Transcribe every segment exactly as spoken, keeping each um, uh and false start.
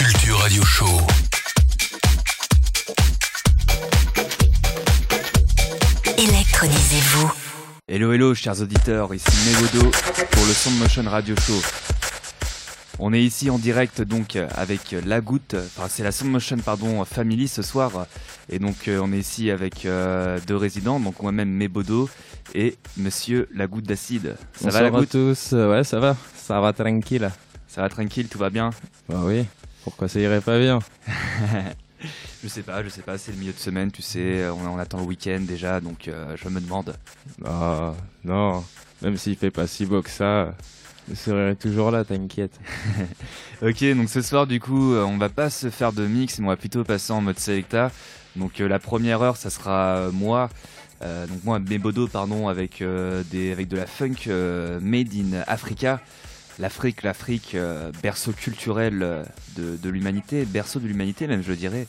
Culture Radio Show. Électronisez-vous. Hello hello chers auditeurs, ici Mévodo pour le Sound Motion Radio Show. On est ici en direct donc avec La Goutte, enfin c'est la Sound Motion pardon Family ce soir, et donc euh, on est ici avec euh, deux résidents, donc moi-même Mévodo et Monsieur La Goutte d'Acide. Ça Bonsoir va La à Goutte? tous, ouais ça va, ça va tranquille. Ça va tranquille, tout va bien? Bah oui, pourquoi ça irait pas bien? Je sais pas, je sais pas, c'est le milieu de semaine, tu sais, on, on attend le week-end déjà, donc euh, je me demande. Ah non, même s'il fait pas si beau que ça, je serai toujours là, t'inquiète. Ok, donc ce soir du coup, euh, on va pas se faire de mix, mais on va plutôt passer en mode selecta. Donc euh, la première heure, ça sera euh, moi, euh, donc moi Mévodo pardon, avec euh, des avec de la funk euh, made in Africa. L'Afrique, l'Afrique, euh, berceau culturel euh, de, de l'humanité, berceau de l'humanité même, je dirais.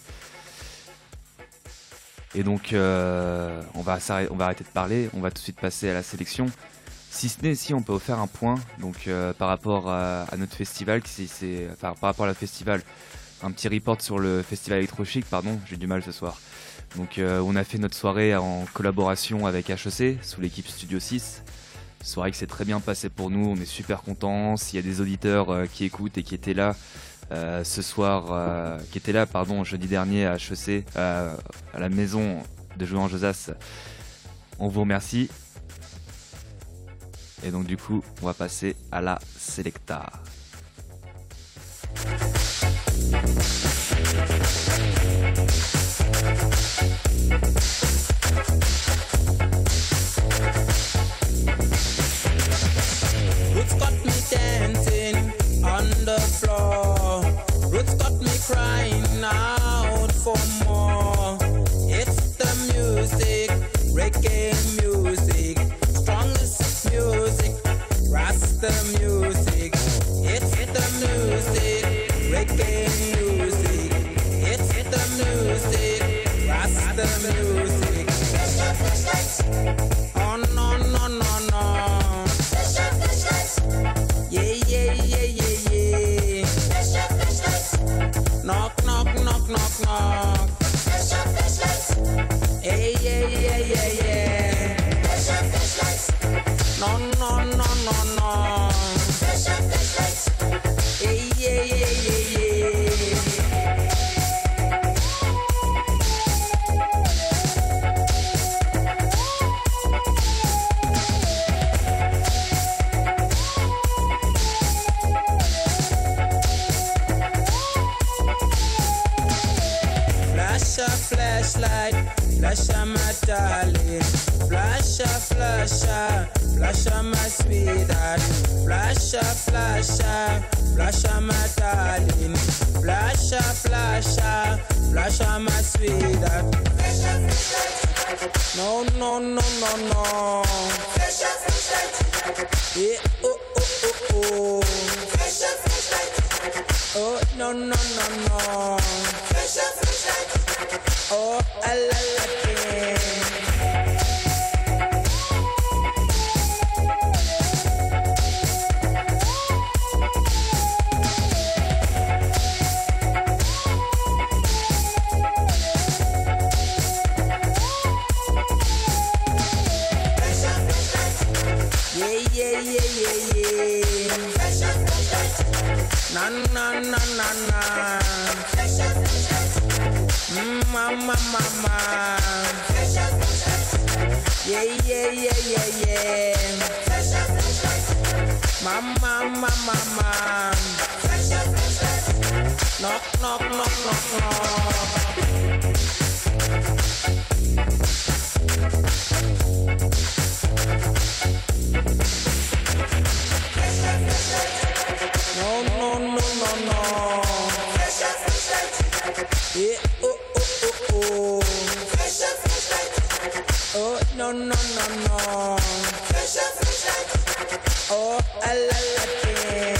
Et donc, euh, on, va on va arrêter de parler, on va tout de suite passer à la sélection. Si ce n'est si on peut faire un point, donc euh, par rapport à, à notre festival, qui c'est, enfin par rapport à notre festival, un petit report sur le festival Electrochic, pardon, j'ai du mal ce soir. Donc, euh, on a fait notre soirée en collaboration avec H E C sous l'équipe Studio six. Soirée qui s'est très bien passée pour nous, on est super contents. S'il y a des auditeurs euh, qui écoutent et qui étaient là euh, ce soir, euh, qui étaient là pardon jeudi dernier à H E C, euh, à la maison de Jouer en Josas, on vous remercie. Et donc du coup, on va passer à la Selecta. Roots got me dancing on the floor. Roots got me crying out for more. It's the music, reggae music, strongest music, Rasta music. It's the music, reggae music. It's the music, Rasta music. Oh no no no no. Yeah, yeah, yeah, yeah, yeah. Knock, knock, knock, knock, knock. Hey, yeah, yeah, yeah, yeah. No, no, no, no, no. Hey, yeah, yeah, yeah, yeah. Flash a flashlight, flash a my darling. Flash a flash a, flash a my sweetheart. Flash a flash a, flash a my darling. Flash a flash a, flash a my sweetheart. No no no no no. Yeah oh oh oh oh. Oh no no no no. Oh, I like it. Yeah, yeah, yeah, yeah, yeah. Na na na na na. Mama, mama. Yeah, yeah, yeah, yeah, yeah. Mama, mama, mama. Knock, knock, knock, knock, knock. No, no, no, no, no. Yeah, oh, oh, oh, oh. Oh, no, no, no, no. Oh, I like it.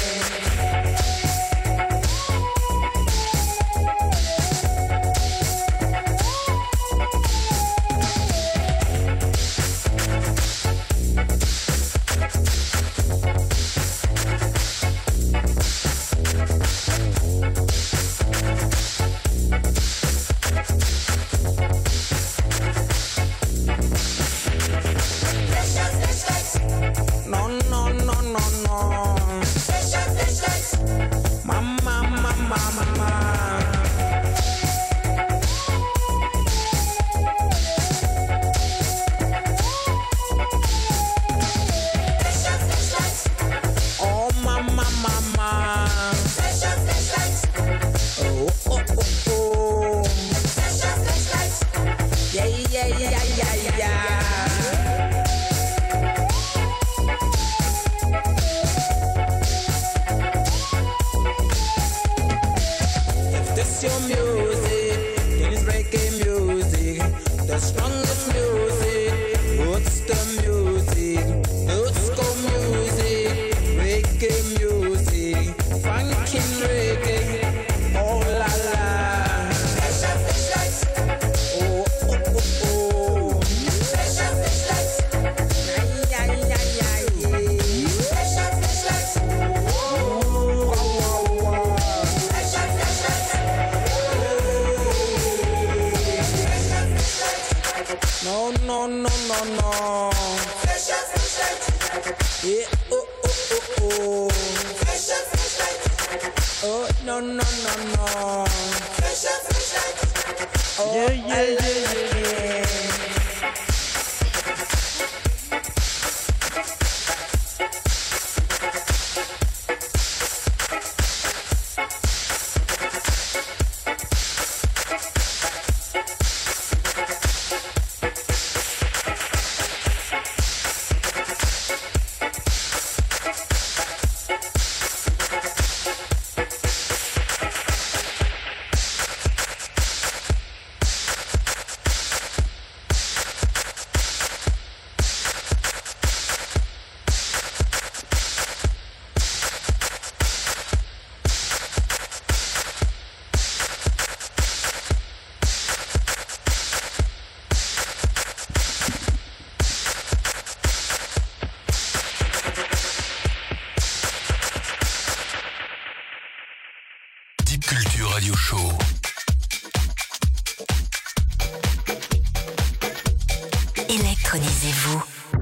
Électronisez-vous.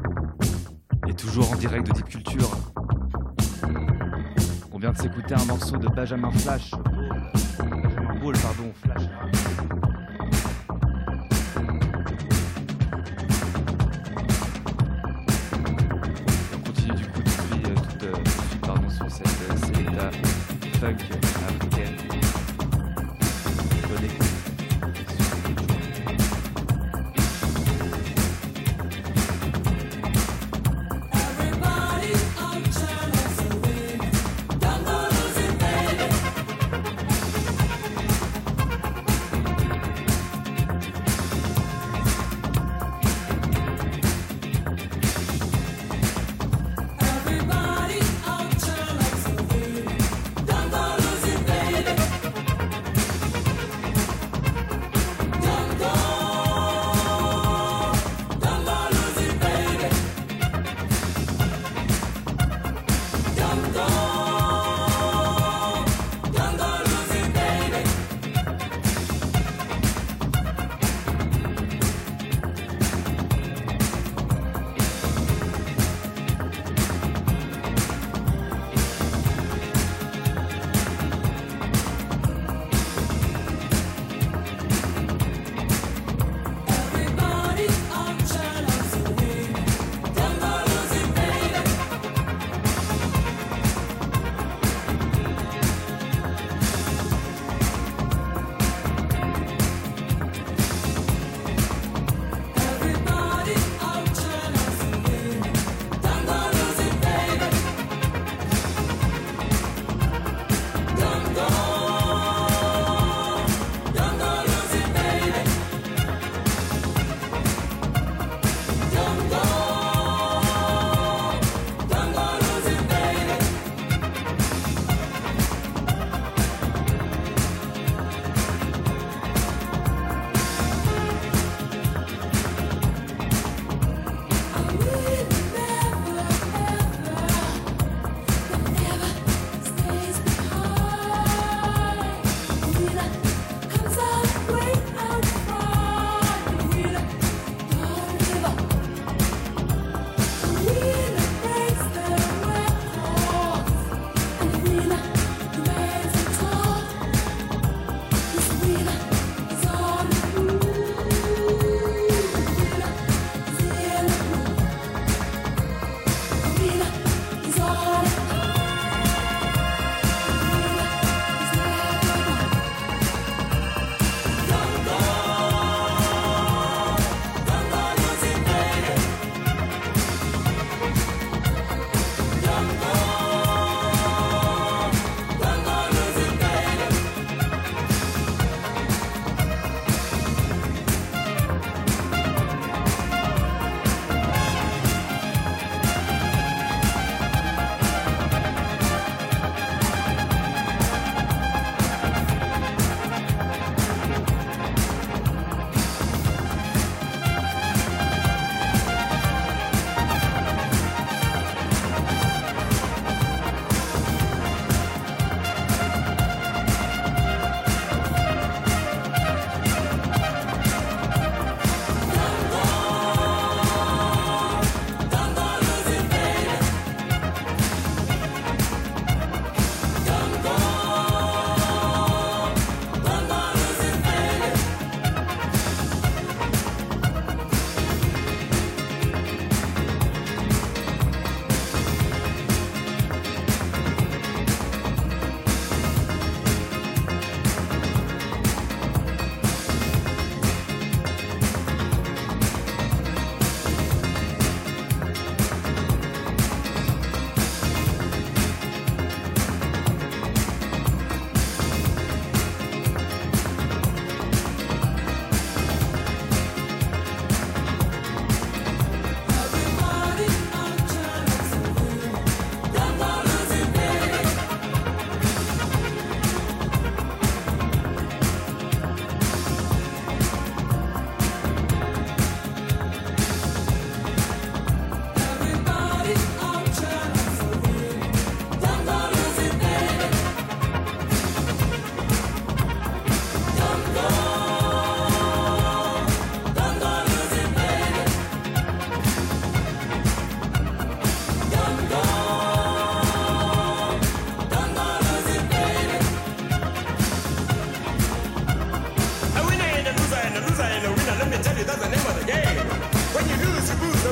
Et toujours en direct de Deep Culture. On vient de s'écouter un morceau de Benjamin Flash. Benjamin Ball, pardon, Flash. Et on continue du coup tout de suite, euh, tout, euh, tout de suite pardon, sur cette euh, Selecta funk africaine. Bonne écoute. Everybody out there likes the way. Don't go losing, baby.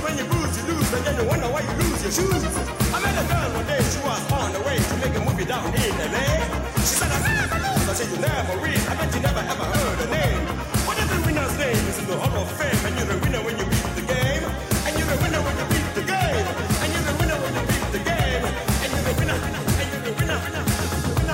but when you lose, you lose, and then you wonder why you lose your shoes. I met a girl one day, she was on the way to make a movie down in L A. She said, I never lose. I said, you never win. I bet you never ever heard her name. But every winner's name is in the Hall of Fame, and you're the winner when you beat the game. And you're the winner when you beat the game. And you're the winner when you beat the game. And you're the winner, and you're the winner, winner, winner.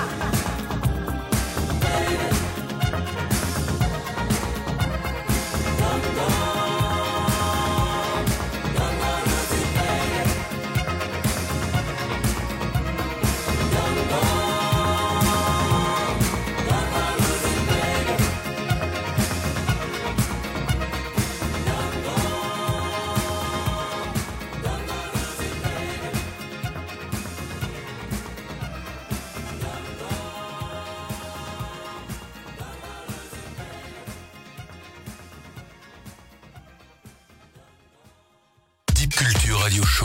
Deep Culture Radio Show.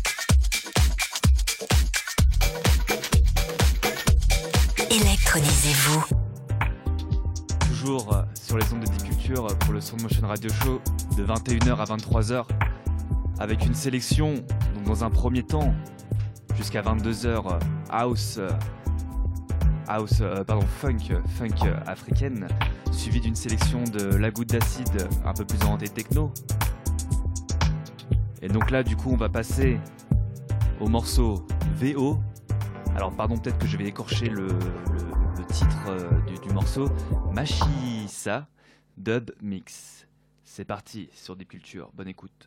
Électronisez-vous. Toujours euh, sur les ondes de Deep Culture euh, pour le Sound Motion Radio Show de vingt et une heures à vingt-trois heures avec une sélection, donc dans un premier temps jusqu'à vingt-deux heures euh, house, euh, house euh, pardon, funk, euh, funk euh, africaine, suivi d'une sélection de La Goutte d'Acide un peu plus orientée techno. Et donc là du coup on va passer au morceau V O. Alors pardon, peut-être que je vais écorcher le, le, le titre euh, du, du morceau. Machissa Dub Mix. C'est parti sur Deep Culture, bonne écoute.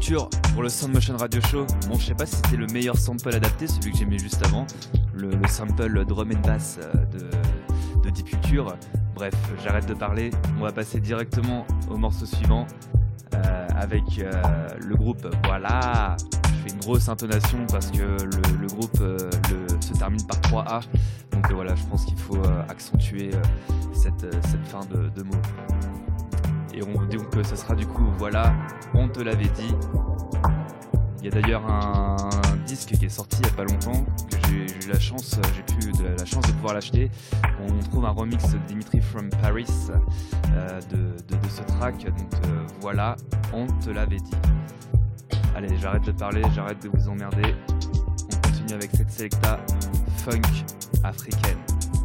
Culture pour le Sound Motion Radio Show. Bon, je sais pas si c'était le meilleur sample adapté, celui que j'ai mis juste avant, le, le sample drum and bass de, de Deep Culture. Bref, j'arrête de parler, on va passer directement au morceau suivant euh, avec euh, le groupe Voilà. Je fais une grosse intonation parce que le, le groupe euh, le, se termine par trois A, donc euh, voilà, je pense qu'il faut euh, accentuer euh, cette, cette fin de, de mots. Et on dit que ce sera du coup, voilà, on te l'avait dit. Il y a d'ailleurs un, un disque qui est sorti il n'y a pas longtemps, que j'ai, j'ai eu la chance, j'ai pu de, la chance de pouvoir l'acheter. On trouve un remix de Dimitri from Paris euh, de, de, de ce track. Donc euh, voilà, on te l'avait dit. Allez, j'arrête de parler, j'arrête de vous emmerder. On continue avec cette selecta funk africaine.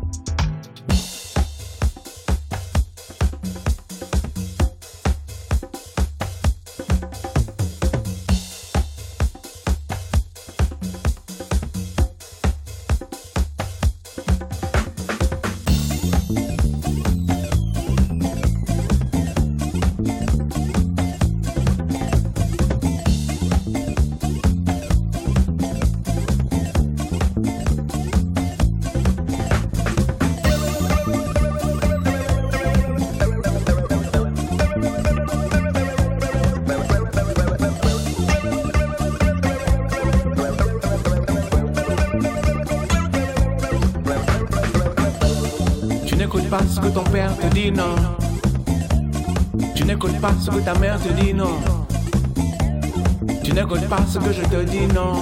Pas ce que ton père te dit, non. Tu n'écoutes pas ce que ta mère te dit, non. Tu n'écoutes pas ce que je te dis, non.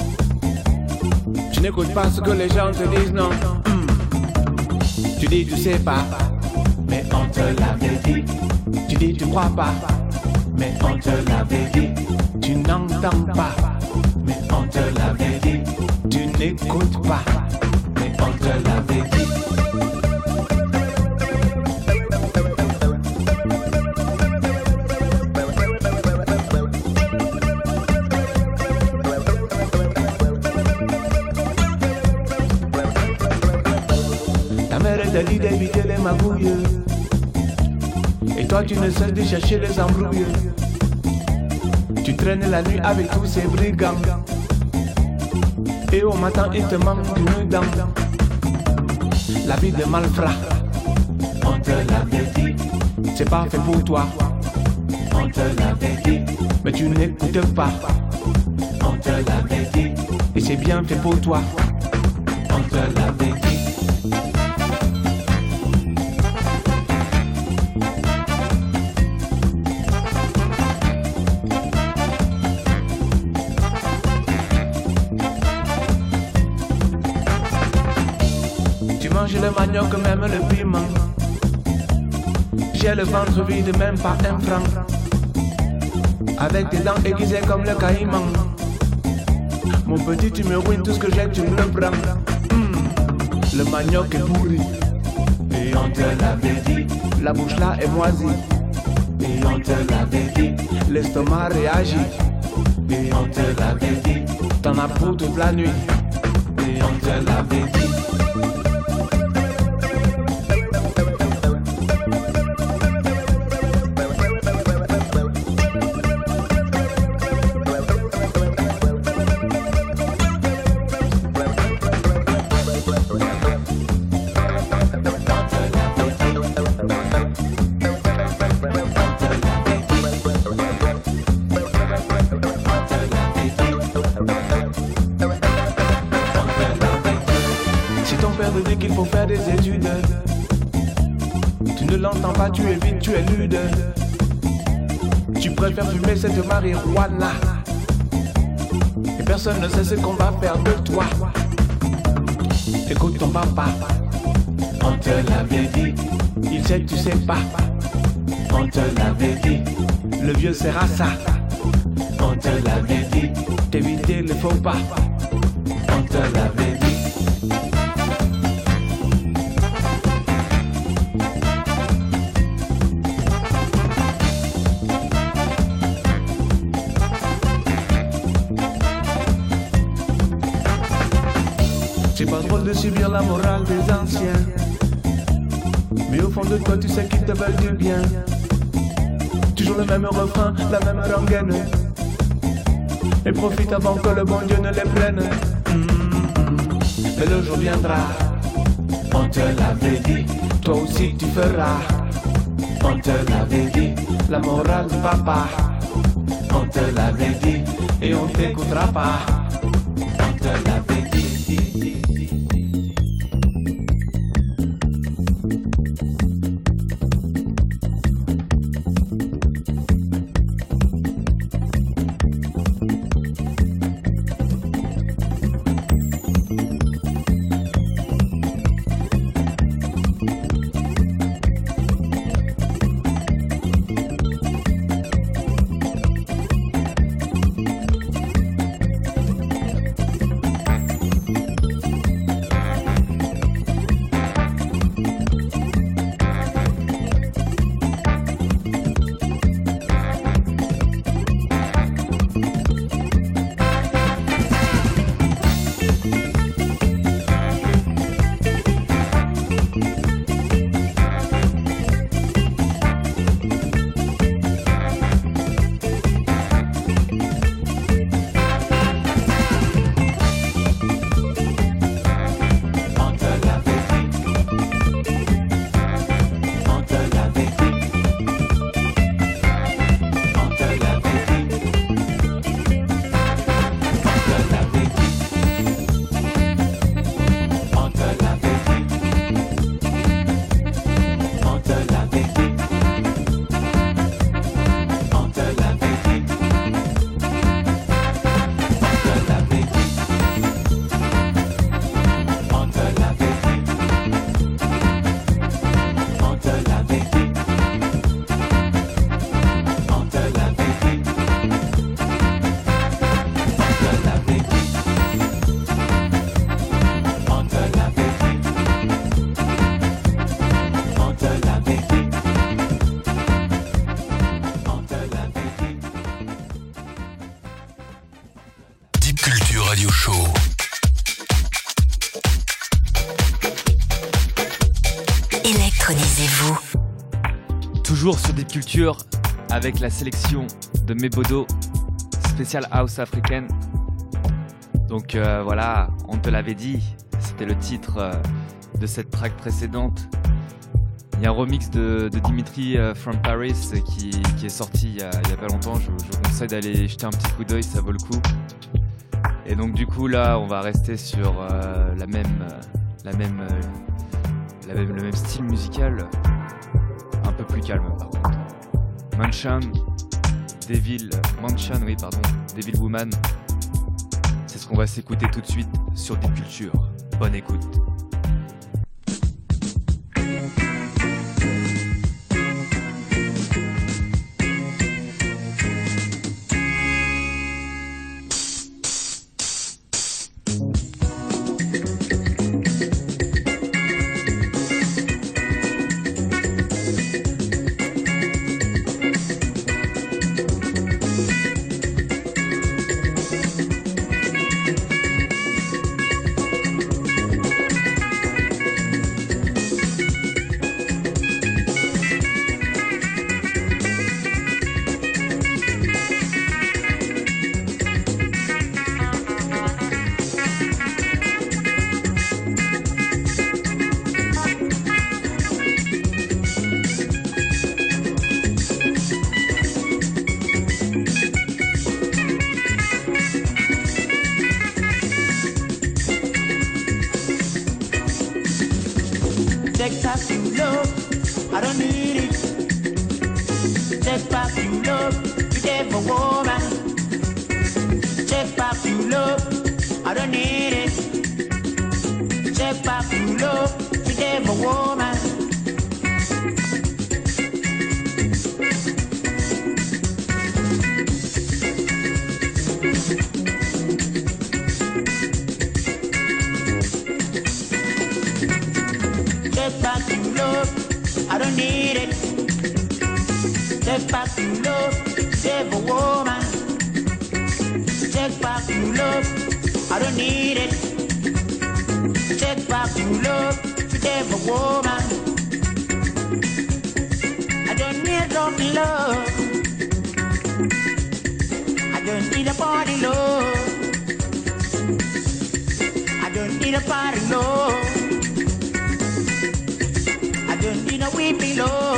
Tu n'écoutes pas ce que les gens te disent, non. Hmm. Tu dis tu sais pas, mais on te l'avait dit. Tu dis tu crois pas, mais on te l'avait dit. Tu n'entends pas, mais on te l'avait dit. Tu n'écoutes pas, mais on te l'avait dit. T'as dit d'éviter les magouilles, et toi tu ne cesses de chercher les embrouilles. Tu traînes la nuit avec tous ces brigands, et au matin il te manque une dent. La vie de malfrat, on te l'avait dit, c'est pas fait pour toi. On te l'avait dit, mais tu n'écoutes pas. On te l'avait dit, et c'est bien fait pour toi. On te l'avait dit. J'ai le manioc, même le piment. J'ai le ventre vide, même pas un franc. Avec tes dents aiguisées comme le caïman. Mon petit, tu me ruines tout ce que j'ai, tu me le prends. Mmh. Le manioc est pourri, et on te l'avait dit. La bouche là est moisie, et on te l'avait dit. L'estomac réagit, et on te l'avait dit. T'en as pour toute la nuit, et on te l'avait dit. Qu'il faut faire des études. Tu ne l'entends pas, tu évites, tu es lude. Tu préfères fumer cette marijuana, et personne ne sait ce qu'on va faire de toi. Écoute ton papa, on te l'avait dit. Il sait que tu sais pas, on te l'avait dit. Le vieux sert à ça, on te l'avait dit. T'éviter le faux pas, on te l'avait dit. C'est pas drôle de subir la morale des anciens, mais au fond de toi tu sais qu'ils te veulent du bien. Toujours le même refrain, la même rengaine. Et profite avant que le bon Dieu ne les prenne. Mmh. Mais le jour viendra, on te l'avait dit, toi aussi tu feras. On te l'avait dit, la morale du papa. On te l'avait dit, et on t'écoutera pas. On te l'avait dit. Électronisez-vous. Toujours sur Deep Culture avec la sélection de Mebodo, spécial house africaine. Donc euh, voilà, on te l'avait dit, c'était le titre euh, de cette track précédente. Il y a un remix de, de Dimitri euh, from Paris qui, qui est sorti il y, a, il y a pas longtemps. Je, je vous conseille d'aller jeter un petit coup d'œil, ça vaut le coup. Et donc du coup là, on va rester sur euh, la même, euh, la même, euh, la même, le même style musical, un peu plus calme par contre. Mansion, Devil, Mansion, oui pardon, Devil Woman. C'est ce qu'on va s'écouter tout de suite sur Deep Culture. Bonne écoute. Take back your love, I don't need it. Take back your love, you gave a woman. Take back your love, I don't need it. Take back your love, you gave a woman. Take back your love, I don't need it. Take back your love, save a woman. Take back your love, I don't need it. Take back your love, save a woman. I don't need no love. I don't need a body fire low. I don't need a weeping low.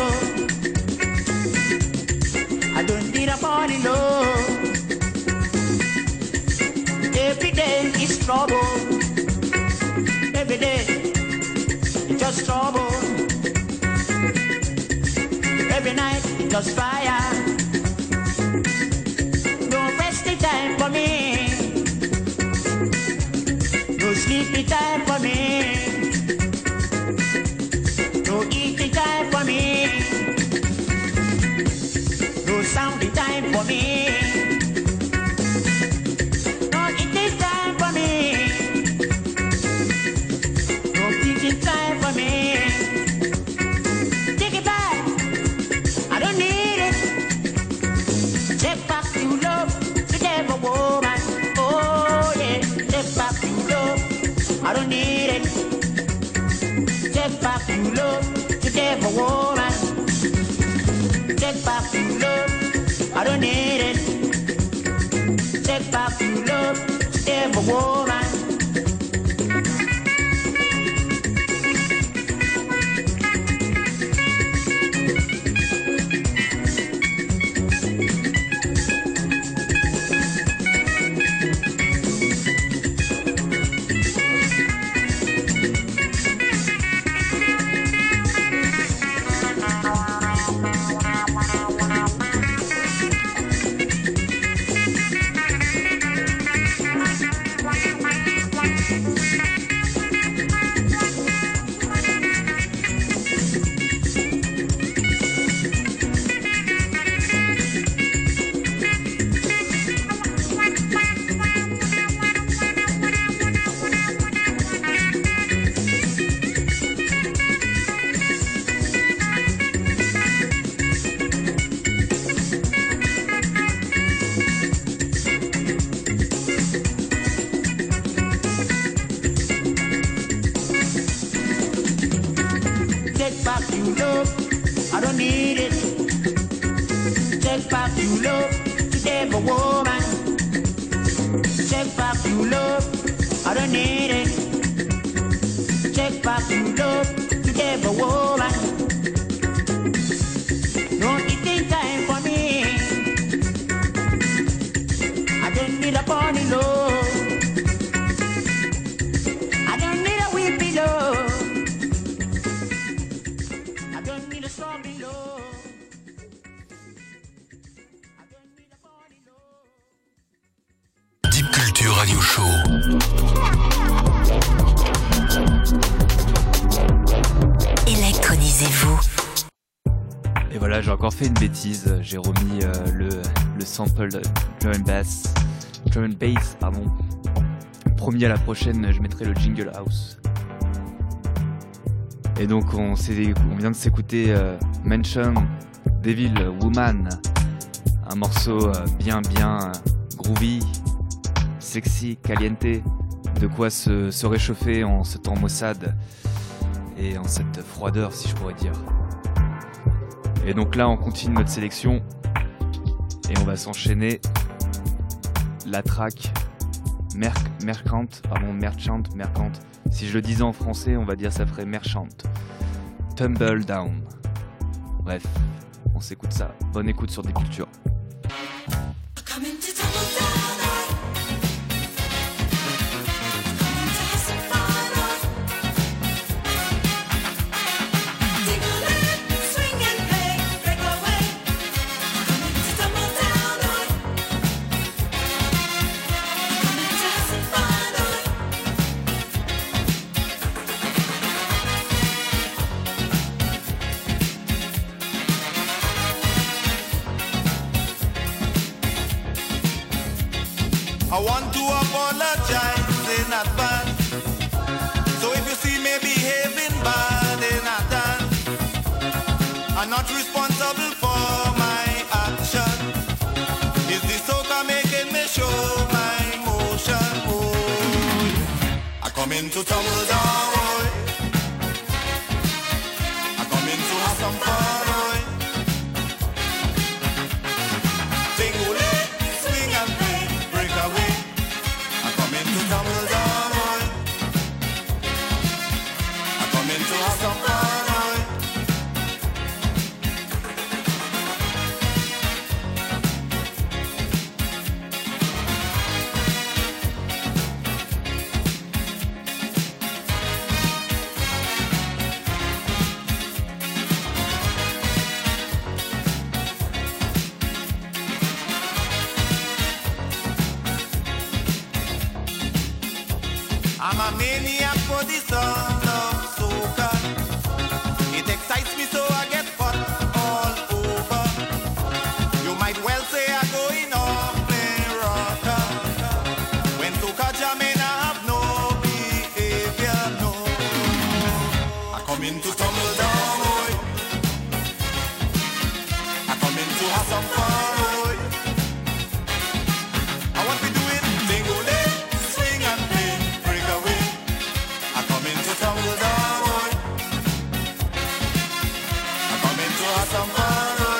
I don't need a body low. Every day is trouble. Every day it's just trouble. Every night it's just fire. No resting time for me. No sleepy time for me. No eating time for me. No sounding time for me. No eating time for me. No teaching time for me. Take it back. I don't need it. Take back to love the devil woman. Oh yeah. Take back to love. I don't need it. Take back to love the devil woman. Take back to love. I don't need it. Take back to love the devil woman. Take back to love, I don't need it. Take back to love, the devil woman. Take back to love, I don't need it. Take back to love, the devil woman. No eating time for me. I don't need a body low. I don't need a weepy low. I don't need a strong below. I don't need a body low. Deep Culture Radio Show. Électronisez-vous. Et voilà, j'ai encore fait une bêtise. J'ai remis euh, le, le sample de drum and bass, drum and bass, pardon. Promis, à la prochaine, je mettrai le jingle house. Et donc on, on vient de s'écouter euh, Mention Devil Woman, un morceau euh, bien bien euh, groovy, sexy, caliente, de quoi se, se réchauffer en ce temps maussade et en cette froideur, si je pourrais dire. Et donc là on continue notre sélection et on va s'enchaîner la track Merc, Mercant, pardon, Merchant, Mercant. Si je le disais en français, on va dire ça ferait Merchant. Tumble Down. Bref, on s'écoute ça. Bonne écoute sur Deep Culture. I want to apologize in advance. So if you see me behaving bad in advance, I'm not responsible for my action. Is the soca making me show my emotion? Oh, I come in to tumble down. Oh, I come in to have some fun. Oh, swing and play, break away. I come in to tumble down. I'm a maniac for the sound of soca. It excites me so I get hot all over. You might well say I go in off play rocker. When soca jamming I have no behavior, no. I come in to tumble down, boy. I come in to have some fun, boy. I want to do it, dingole, swing and play, break away. I come in to tumble down, boy. I come in to have some fun, boy.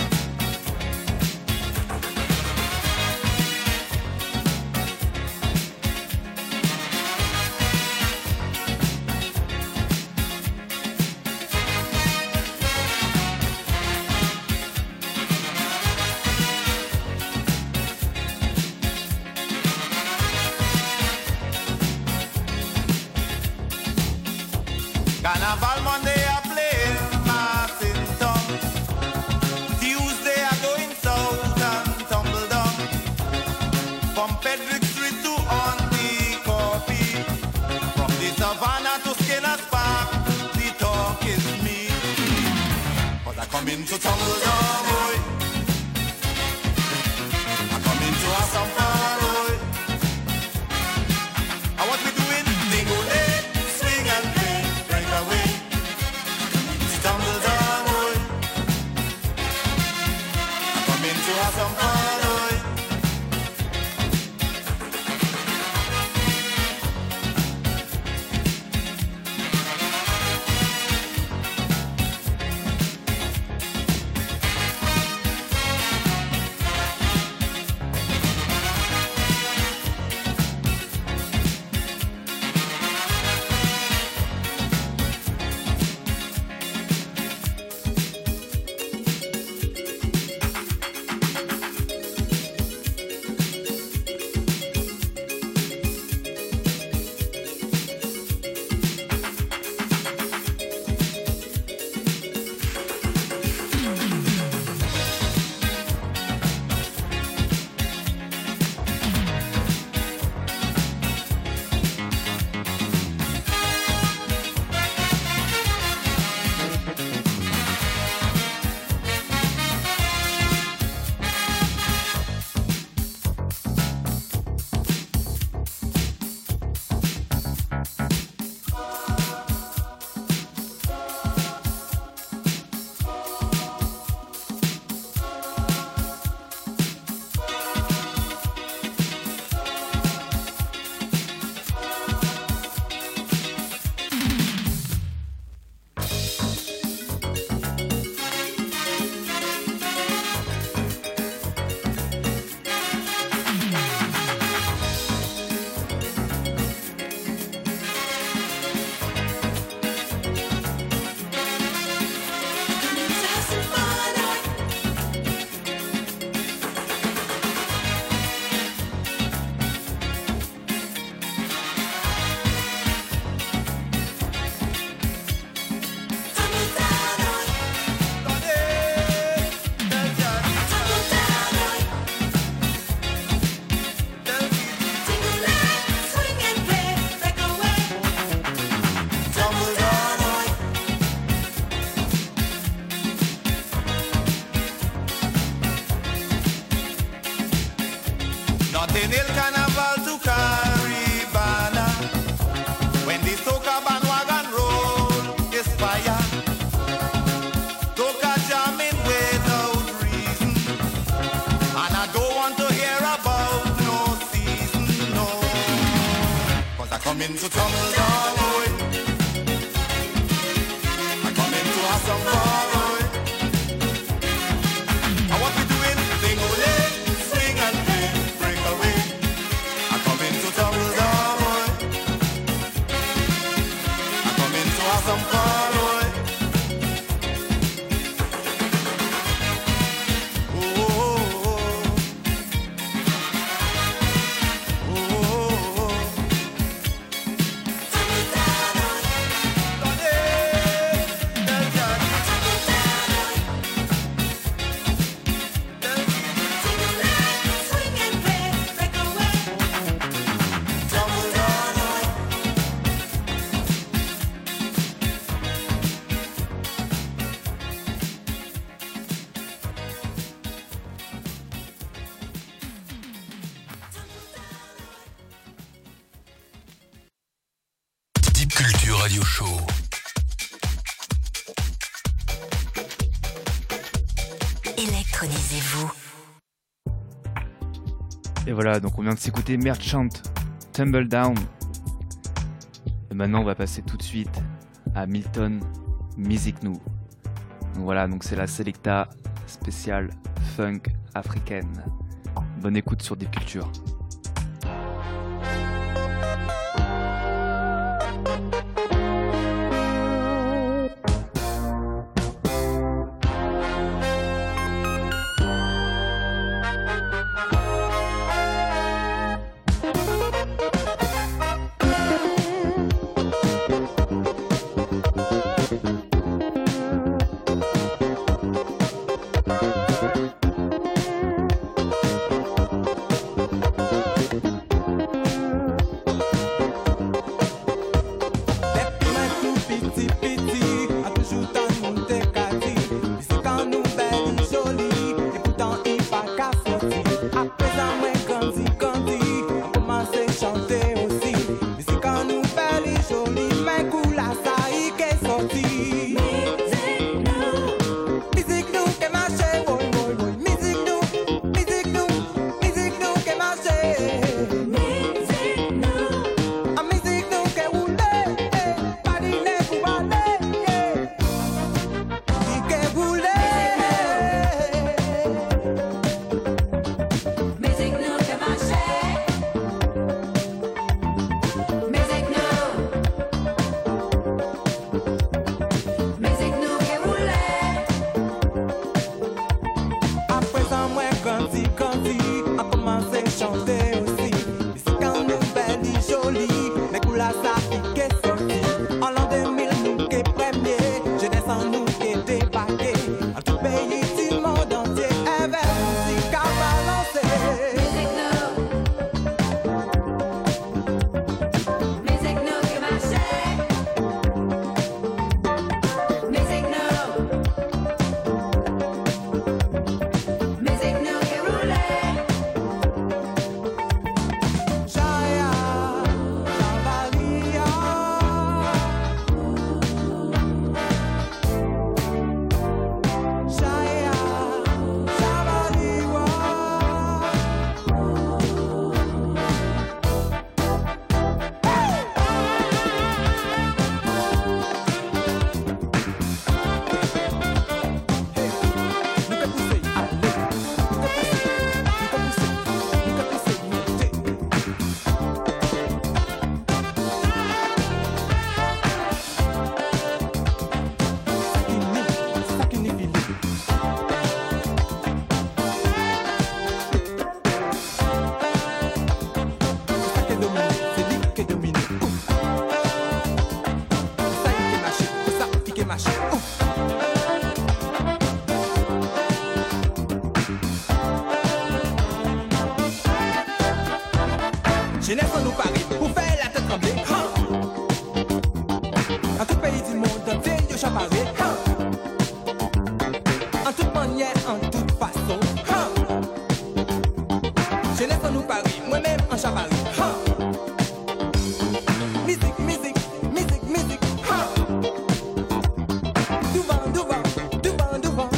Carnival Monday I play Massington. Tuesday I go in South and tumble down. From Frederick Street to on the coffee. From the Savannah to Skinner's Park, the talk is me. But I come in to tumble down, boy. I come in to have some fun, boy. I want me doing dingole, swing and play, break away. Tumble down, boy. I come in to have some fun, boy. Nothing il carnival to Caribana. When the soca bandwagon roll is fire. Soca jamming without reason. And I don't want to hear about no season, no. Cause I come in to tumble down, boy. I come in to have some fun, boy. I want to do it, dingole, swing and play, break away. I come in to tumble down, boy. I come in to have some fun, boy. Oh, oh, oh. Oh, oh, oh. Deep Culture Radio Show. Électronisez-vous. Et voilà, donc on vient de s'écouter Merchant, Tumble Down. Et maintenant on va passer tout de suite à Milton, Music Nous. Donc voilà, donc c'est la Selecta spéciale funk africaine. Bonne écoute sur Deep Culture. Jeunesse en nous Paris pour faire la tête trembler. En tout pays du monde entier, yo chaparé. En toute manière, en toute façon. Jeunesse en nous Paris, moi-même en chaparé. Musique, musique, musique, musique. Devant, devant, devant, devant.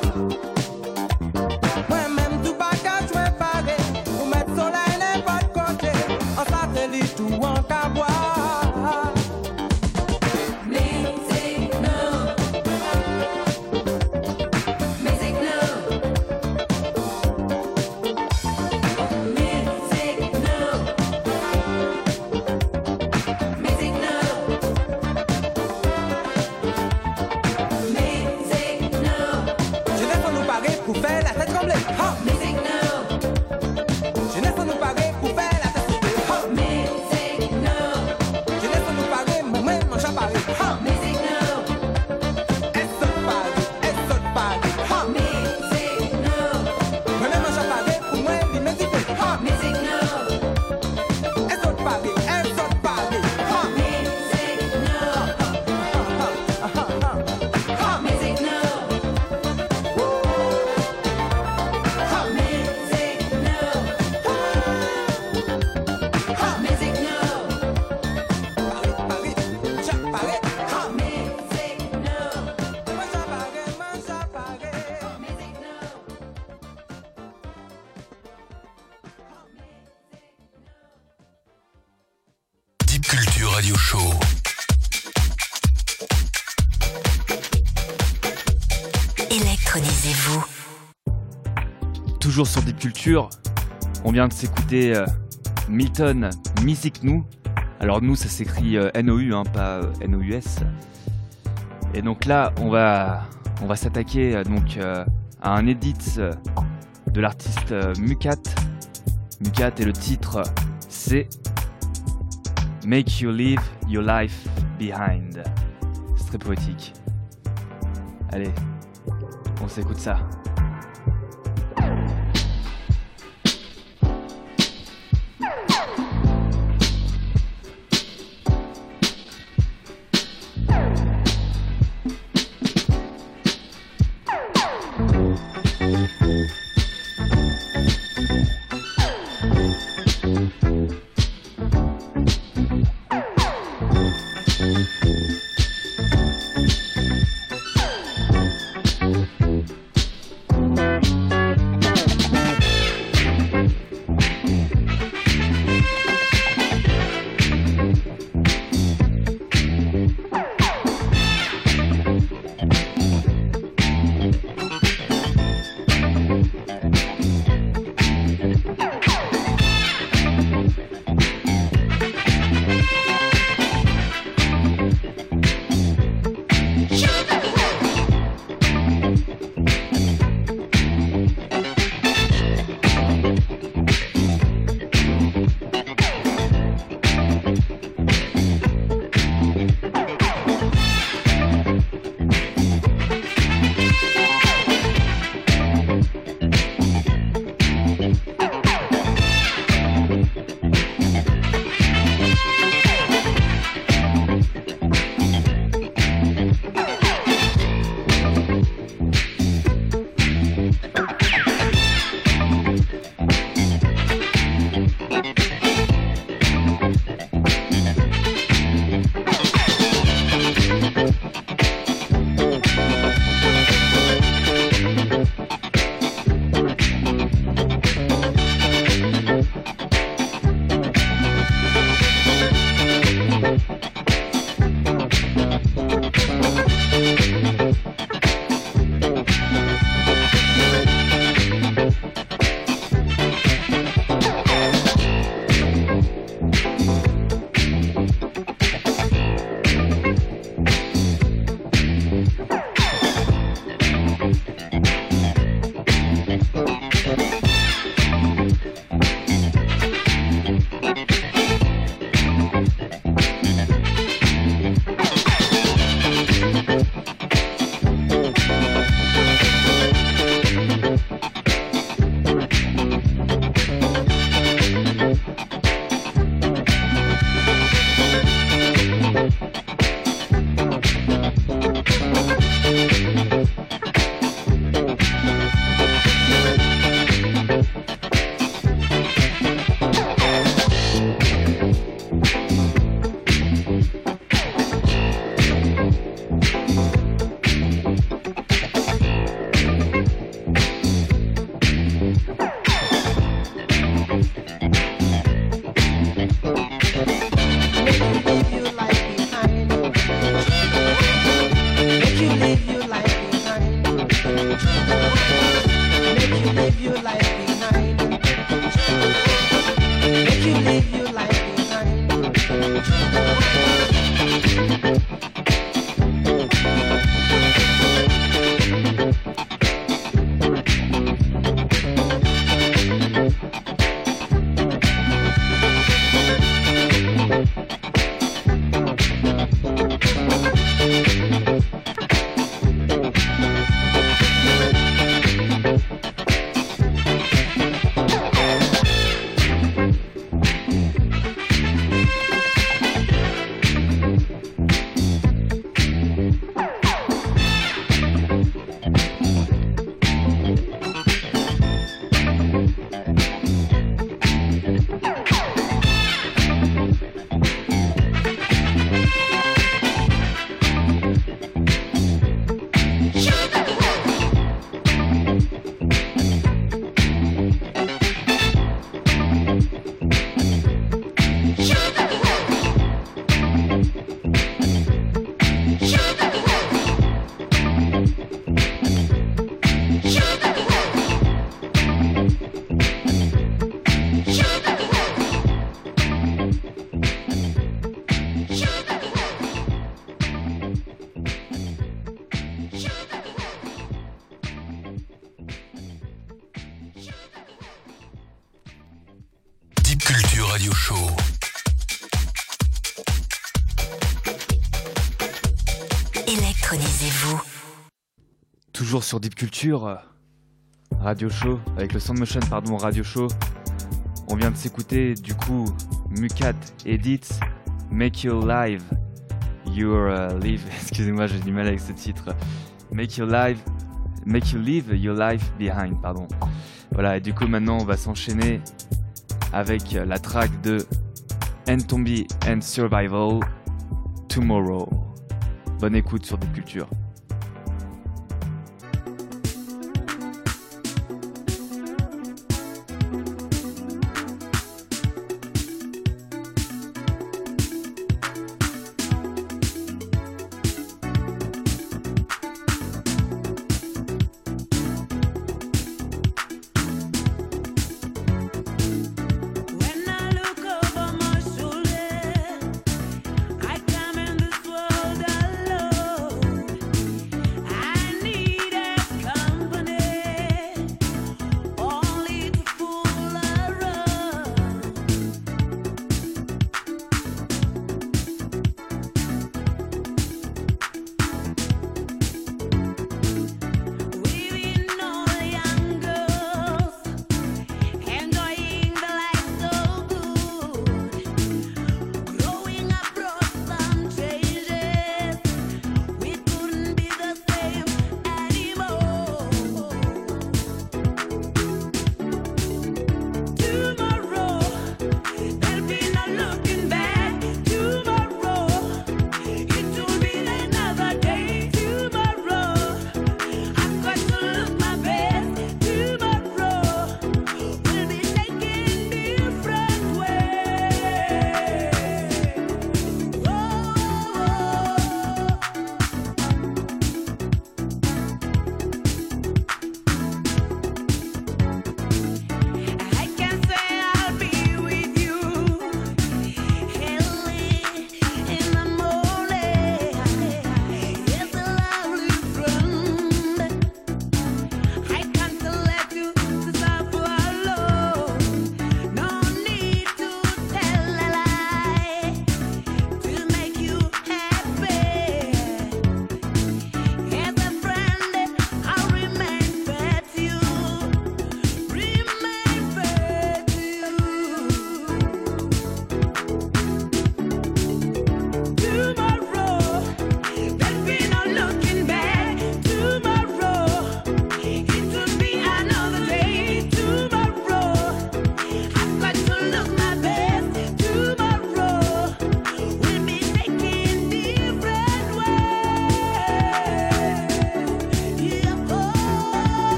Moi-même tout bagage, moi pareil. Pour mettre soleil n'importe côté. En satellite ou en cabois. Music now. Music now. Music now. Music now. Music now. Jeunesse on nous paraît pour faire la tête trembler. Music now. Jeunesse on nous paraît pour faire la tête trembler. Music now. Jeunesse on nous paraît moi-même en chaparé. Music now. Elle saute Paris, elle saute Paris. Music now. Moi-même en chaparé pour moi les musiques. Music now. Elle saute Paris, elle saute Paris. Music now. Music now. Music Deep Culture Radio Show. Électronisez-vous. Toujours sur Deep Culture, on vient de s'écouter euh, Milton, Music Nous. Alors nous, ça s'écrit euh, N O U, hein, pas euh, N O U S. Et donc là, on va, on va s'attaquer euh, donc euh, à un edit euh, de l'artiste euh, Mucat. Mucat et le titre, c'est Make You Leave Your Life Behind. C'est très poétique. Allez, on s'écoute ça. Culture Radio Show. Électronisez-vous. Toujours sur Deep Culture Radio Show, avec le Sound Motion, pardon, Radio Show. On vient de s'écouter du coup Mukat Edits, Make Your Live, Your uh, Live, excusez-moi j'ai du mal avec ce titre, Make Your Live, Make You Live Your Life Behind, pardon. Voilà, et du coup maintenant on va s'enchaîner avec la track de Ntombi and Survival, Tomorrow. Bonne écoute sur Deep Culture. I come in this world alone.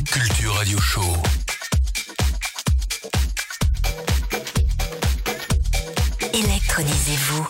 Deep Culture Radio Show. Électronisez-vous.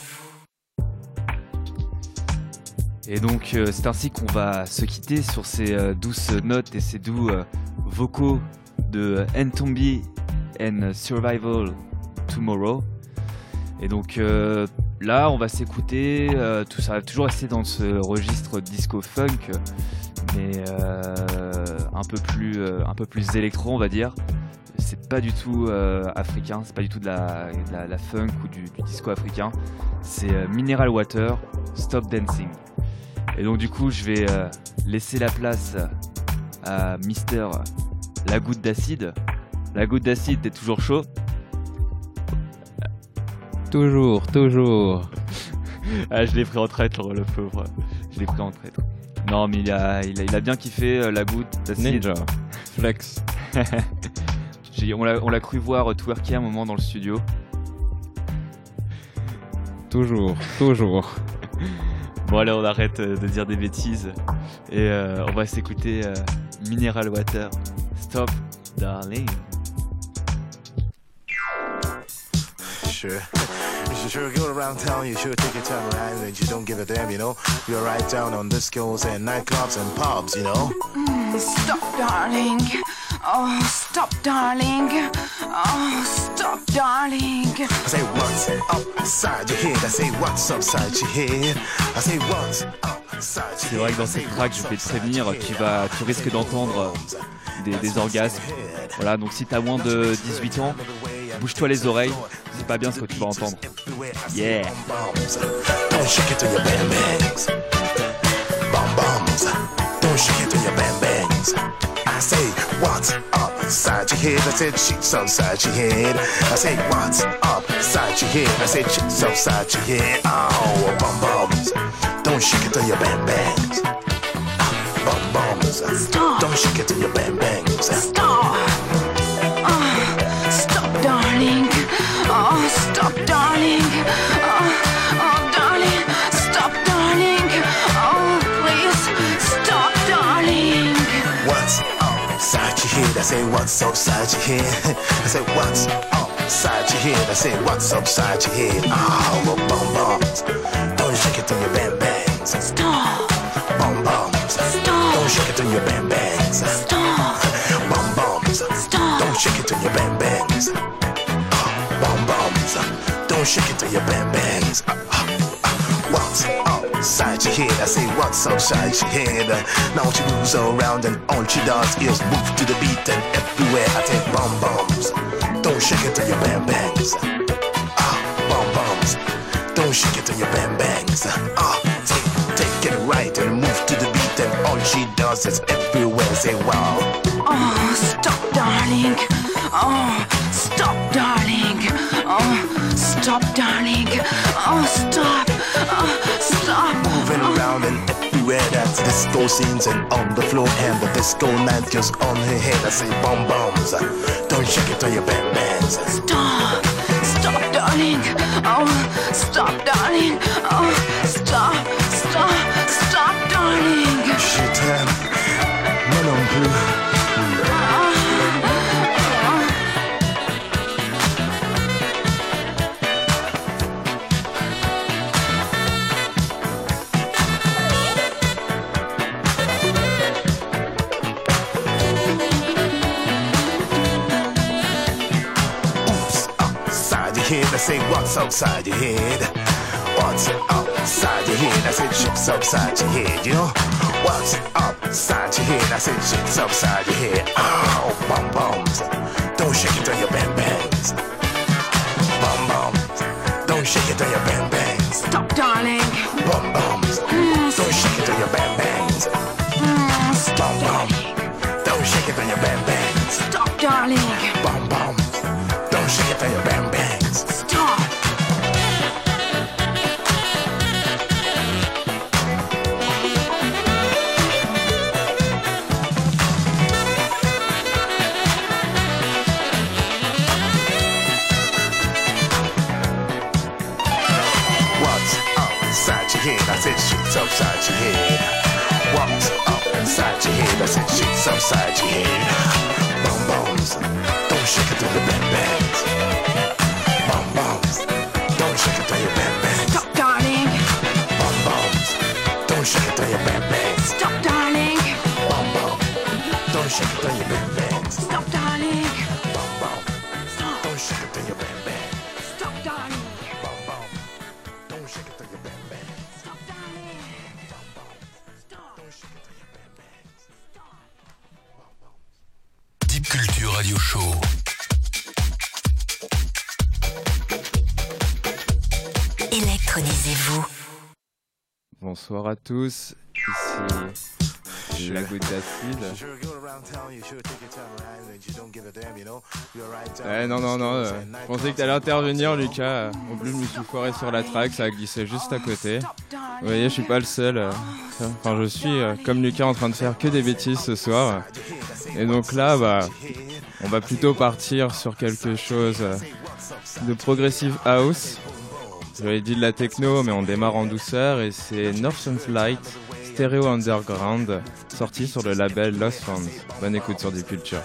Et donc euh, c'est ainsi qu'on va se quitter sur ces euh, douces notes et ces doux euh, vocaux de Ntombi and Survival Tomorrow. Et donc euh, là on va s'écouter, euh, tout ça va toujours rester dans ce registre disco funk, mais euh, un peu plus euh, un peu plus électro on va dire. C'est pas du tout euh, africain, c'est pas du tout de la, de la, la funk ou du, du disco africain. C'est euh, Mineral Water, Stop Dancing. Et donc du coup je vais euh, laisser la place à Mister La Goutte d'Acide. La Goutte d'Acide, t'es toujours chaud? Toujours, toujours. Ah, je l'ai pris en traître, le, le pauvre. Je l'ai pris en traître. Non mais il a, il a, il a bien kiffé euh, La Goutte d'Acide. Ninja, flex. J'ai, on, l'a, on l'a cru voir twerker un moment dans le studio. Toujours, toujours. Bon allez, on arrête de dire des bêtises et euh, on va s'écouter euh, Mineral Water, Stop Darling. Sure. You should sure go around town, you sure take your time around and you don't give a damn, you know. You're right down on discos and nightclubs and pubs, you know. Mm, stop, darling. Oh, stop, darling. Oh, stop, darling. I say what's upside your head. I say what's upside your head. I say what's upside your head. C'est vrai que dans cette track, je vais te prévenir, tu vas, tu risques d'entendre des, des orgasmes. Voilà, donc si t'as moins de dix-huit ans, bouge-toi les oreilles, c'est pas bien ce que tu vas entendre. Yeah. Don't shake it to your bang bangs. Bum bums. Don't shake it to your bang bangs. I say what's upside your head. I said cheeks upside your head. I say what's upside your head. I said cheeks upside your head. Oh, bum bums. Don't shake it to your bang bangs. Bum bums. Stop. Don't shake it to your bang bangs. Stop. Oh, stop, darling. Oh, stop, darling. Oh, oh, darling. Stop, darling. Oh, please. Stop, darling. What's upside your head? I say what's upside your head. I say what's upside your head. I say what's upside your head. Oh, bum bums. Don't shake it to your bang bangs. Stop. Bum bums. Stop. Don't shake it to your bang bangs. Stop. Bum bums. Stop. Don't shake it to your bang bangs. Bum bums. Don't shake it to your bang bangs. What's upside your head? I say what's upside your head. Now she moves around and all she does is move to the beat and everywhere I take bum bums. Don't shake it to your bang bangs. Ah, bum bums. Don't shake it to your bang bangs. Ah, take, take it right and move to the beat and all she does is everywhere say wow. Oh, stop, darling. Oh, stop, darling. Oh, stop, darling. Oh, stop. Oh, stop. Moving around and everywhere that's disco scenes and on the floor and the disco night goes on her head. I say bum bums. Don't shake it to your bang bangs. Stop. Stop, darling. Oh, stop, darling. Oh, stop. Stop. Stop, darling. Je t'aime. Moi non plus. I say what's outside your head? What's outside your head? I said chips upside your head, you know? What's upside your head? I said chips upside your head. Oh, bum bums. Don't shake it to your bang bangs. Bum bums. Don't shake it to your bang bangs. Stop, darling. Bum bums. Mm. Don't shake it to your bang bangs. Mm, stop, bum bum. Don't shake it to your bang bangs. Stop, darling. Bum bums. Don't shake it to your bang bangs. Stop. What's upside your head? I said shit's upside your head. What's upside your head? I said shit's upside your head. shake it till you bang bang. Stop, darling. Bum bum. Stop. Don't shake it till you bang bang. Stop, darling. Bum bum. Don't shake it till you bang bang. Stop, darling. Bum bum. Stop. Don't shake it till you bang bang. Deep Culture Radio Show. Électronisez-vous. Bonsoir à tous, ici la goutte d'acide. Ouais, non, non, non, euh, je pensais que t'allais intervenir, Lucas. En plus, je me suis foiré sur la track, ça a glissé juste à côté. Vous voyez, je suis pas le seul. euh, Enfin, je suis, euh, comme Lucas, en train de faire que des bêtises ce soir. Et donc là, bah, on va plutôt partir sur quelque chose euh, de progressive house. J'avais dit de la techno, mais on démarre en douceur et c'est Northern Light, Stereo Underground, sorti sur le label Lost Funds. Bonne écoute sur Deep Culture.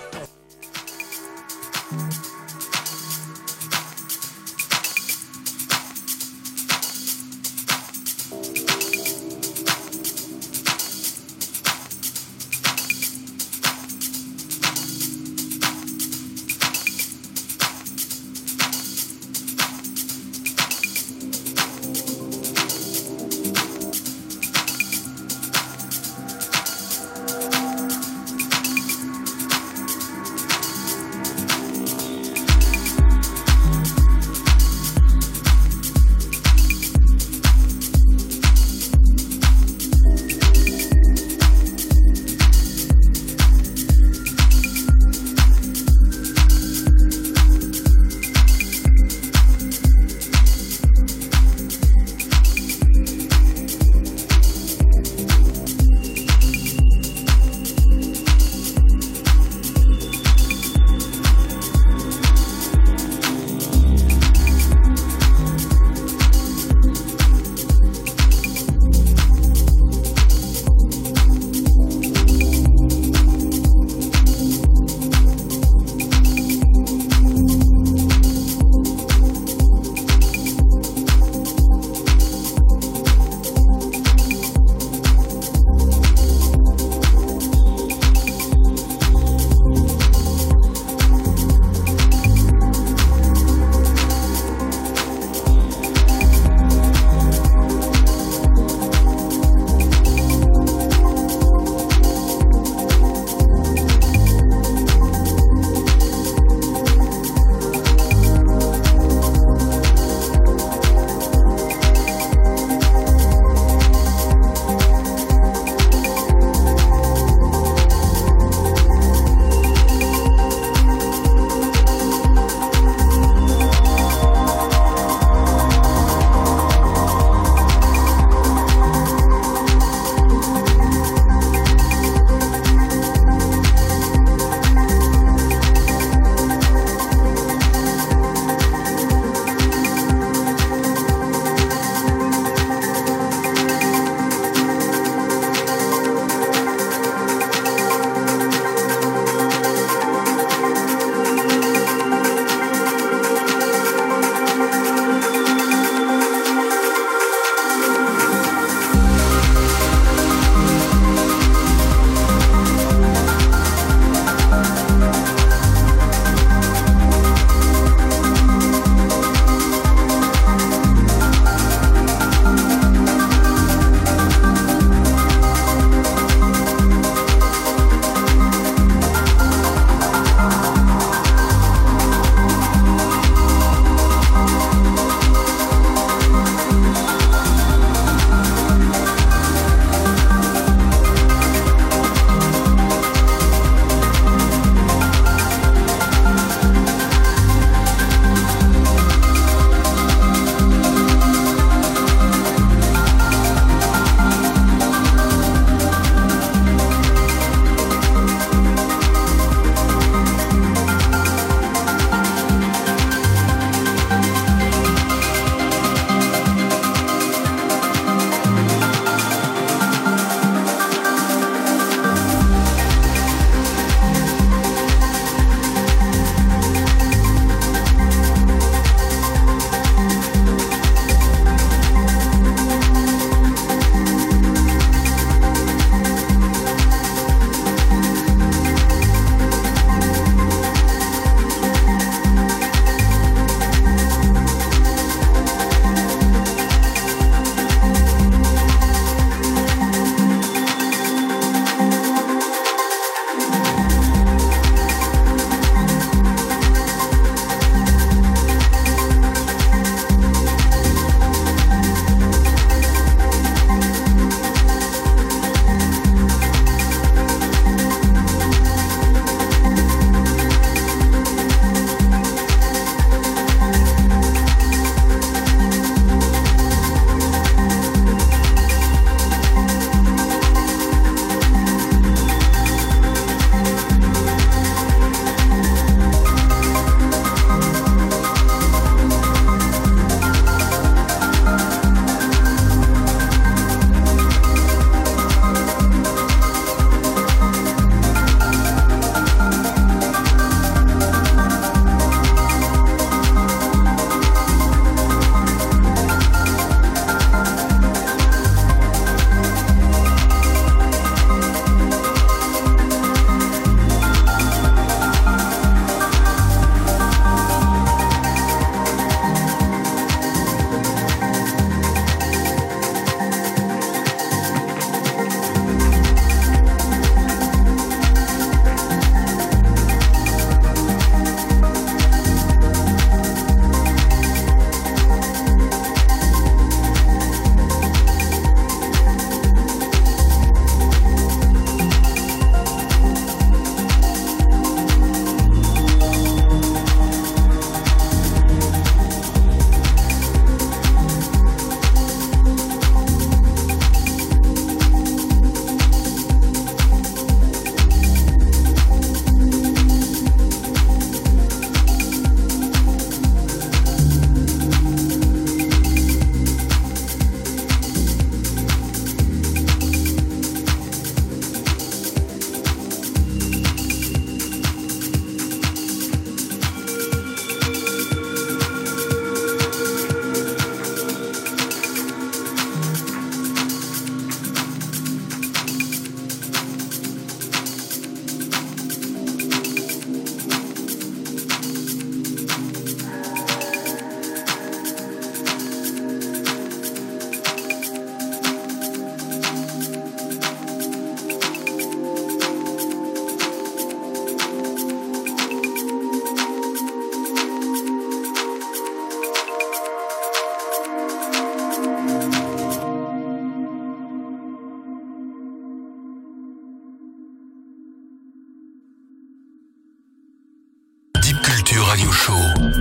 Radio Show.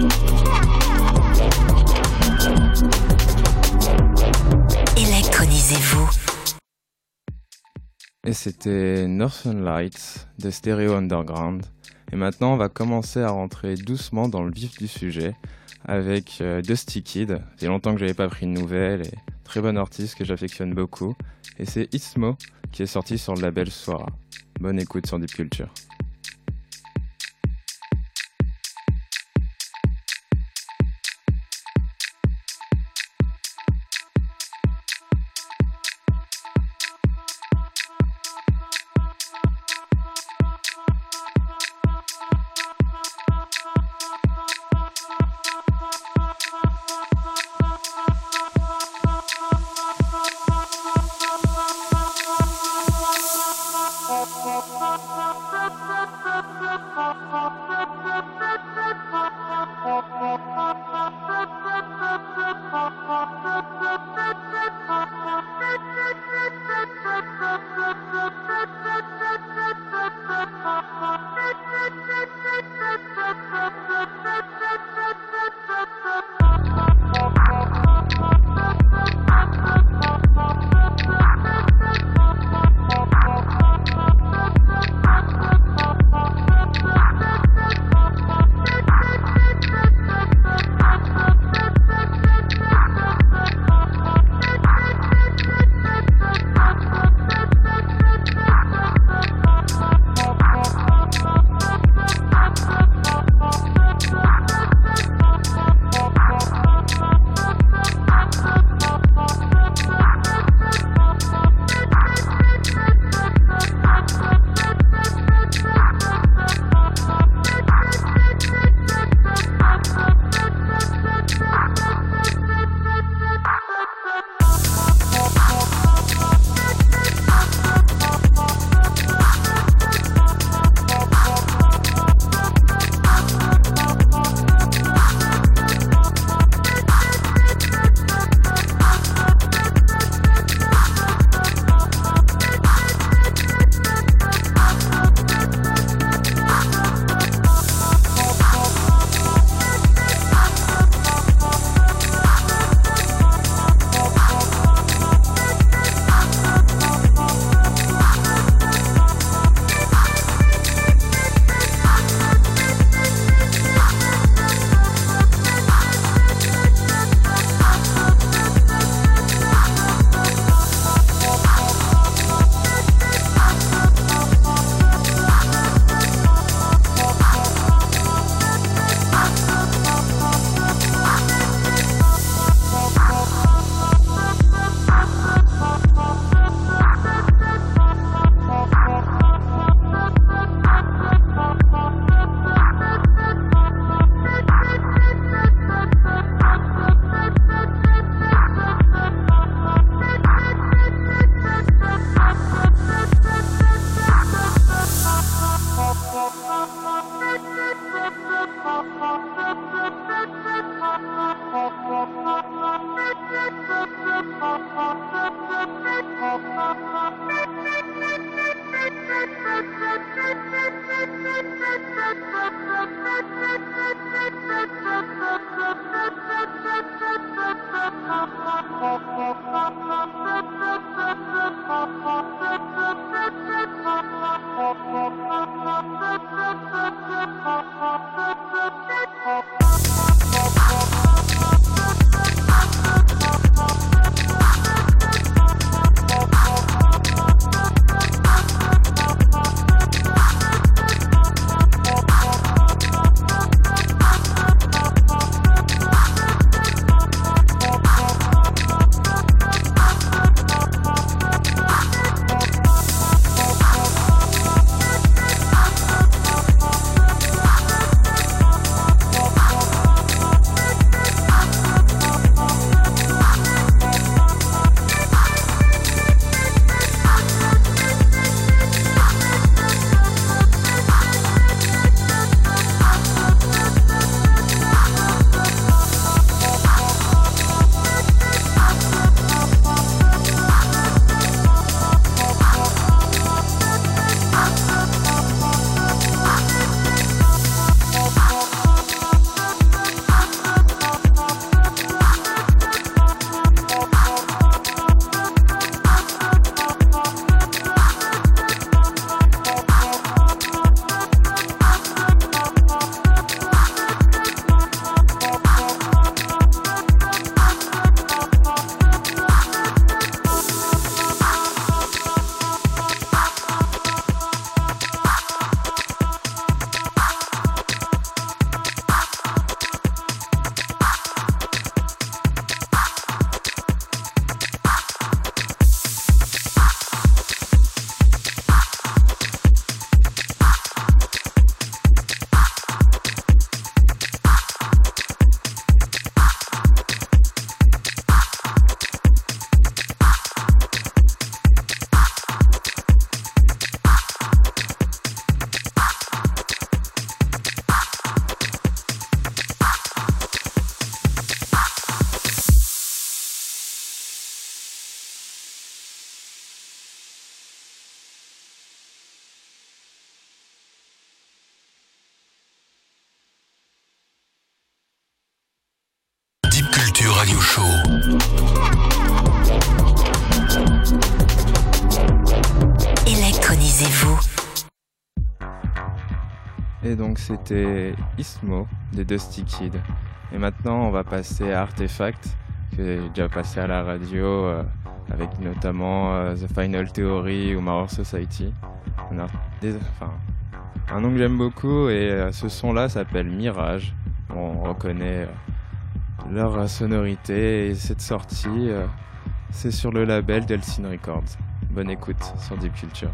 Électronisez-vous. Et c'était Northern Lights de Stereo Underground. Et maintenant, on va commencer à rentrer doucement dans le vif du sujet avec euh, Dusty Kid. Ça fait longtemps que j'avais pas pris de nouvelles et très bon artiste que j'affectionne beaucoup. Et c'est Ismo qui est sorti sur le label Swara. Bonne écoute sur Deep Culture. Radio Show. Électronisez-vous. Et donc c'était Ismo des Dusty Kid. Et maintenant on va passer à Artefact, que j'ai déjà passé à la radio euh, avec notamment euh, The Final Theory ou Mirror Society. On a des, enfin, un nom que j'aime beaucoup et euh, ce son là s'appelle Mirage. On reconnaît euh, leur sonorité et cette sortie euh, c'est sur le label Delsin Records. Bonne écoute sur Deep Culture.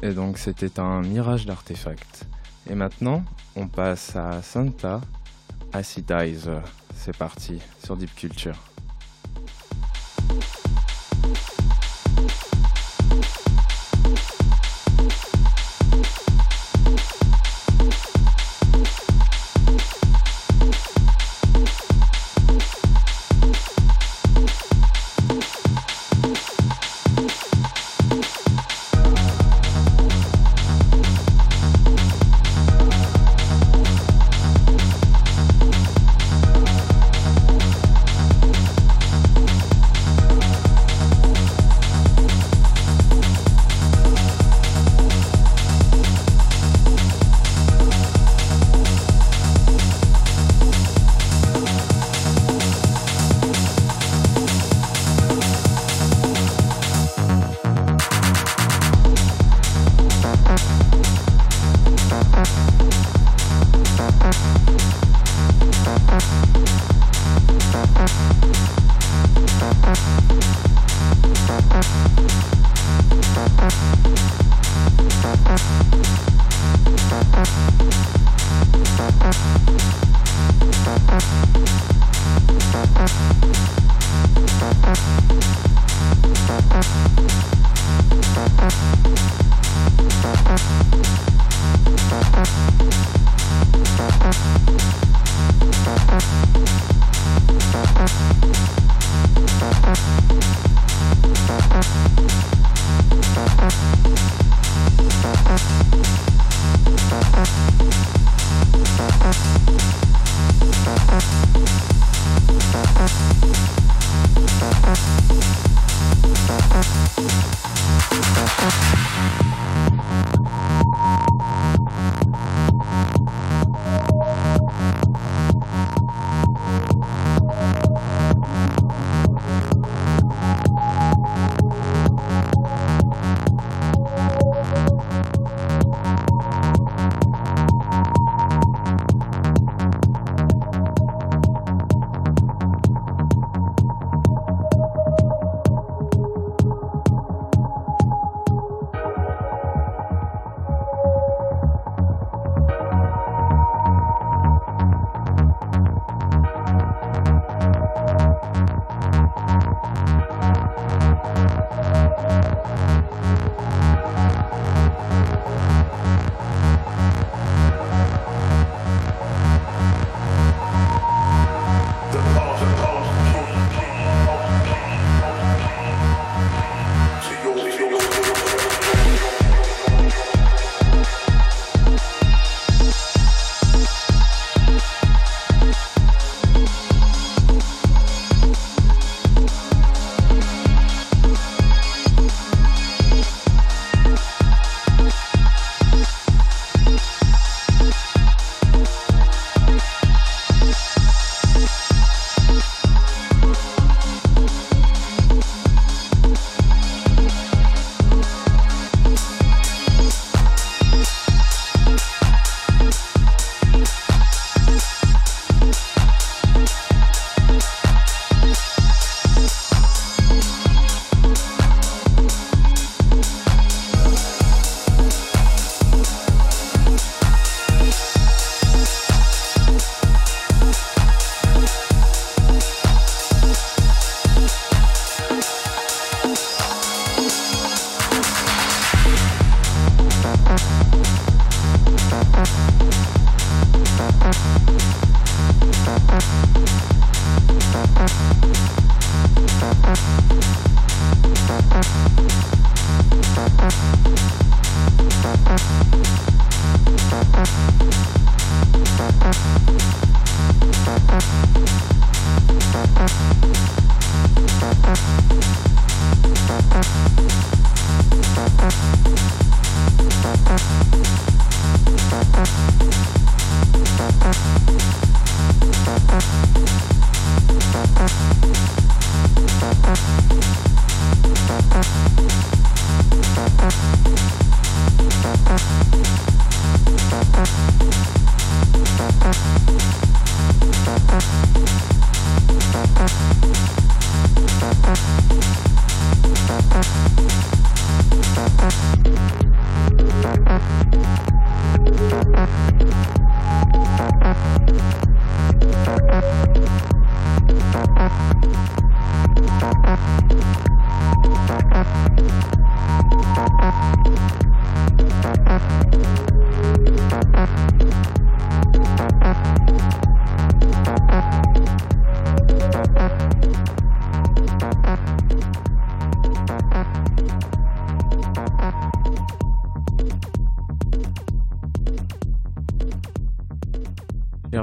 Et donc c'était un mirage d'artefacts. Et maintenant, on passe à Santa Acidizer. C'est parti sur Deep Culture. We'll be right back.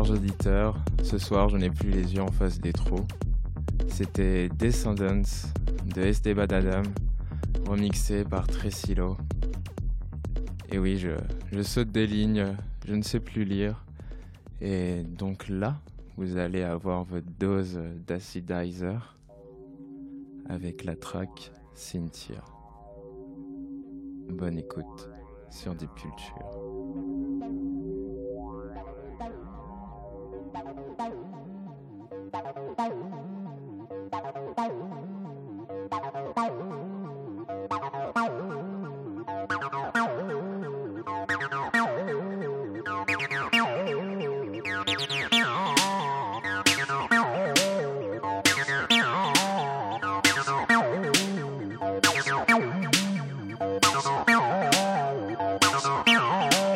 chers auditeurs, ce soir je n'ai plus les yeux en face des trous. C'était Descendants de Esteban Adam, remixé par Tresilo. Et oui, je, je saute des lignes, je ne sais plus lire. Et donc là, vous allez avoir votre dose d'acidizer avec la track Cynthia. Bonne écoute sur Deep Culture. Oh,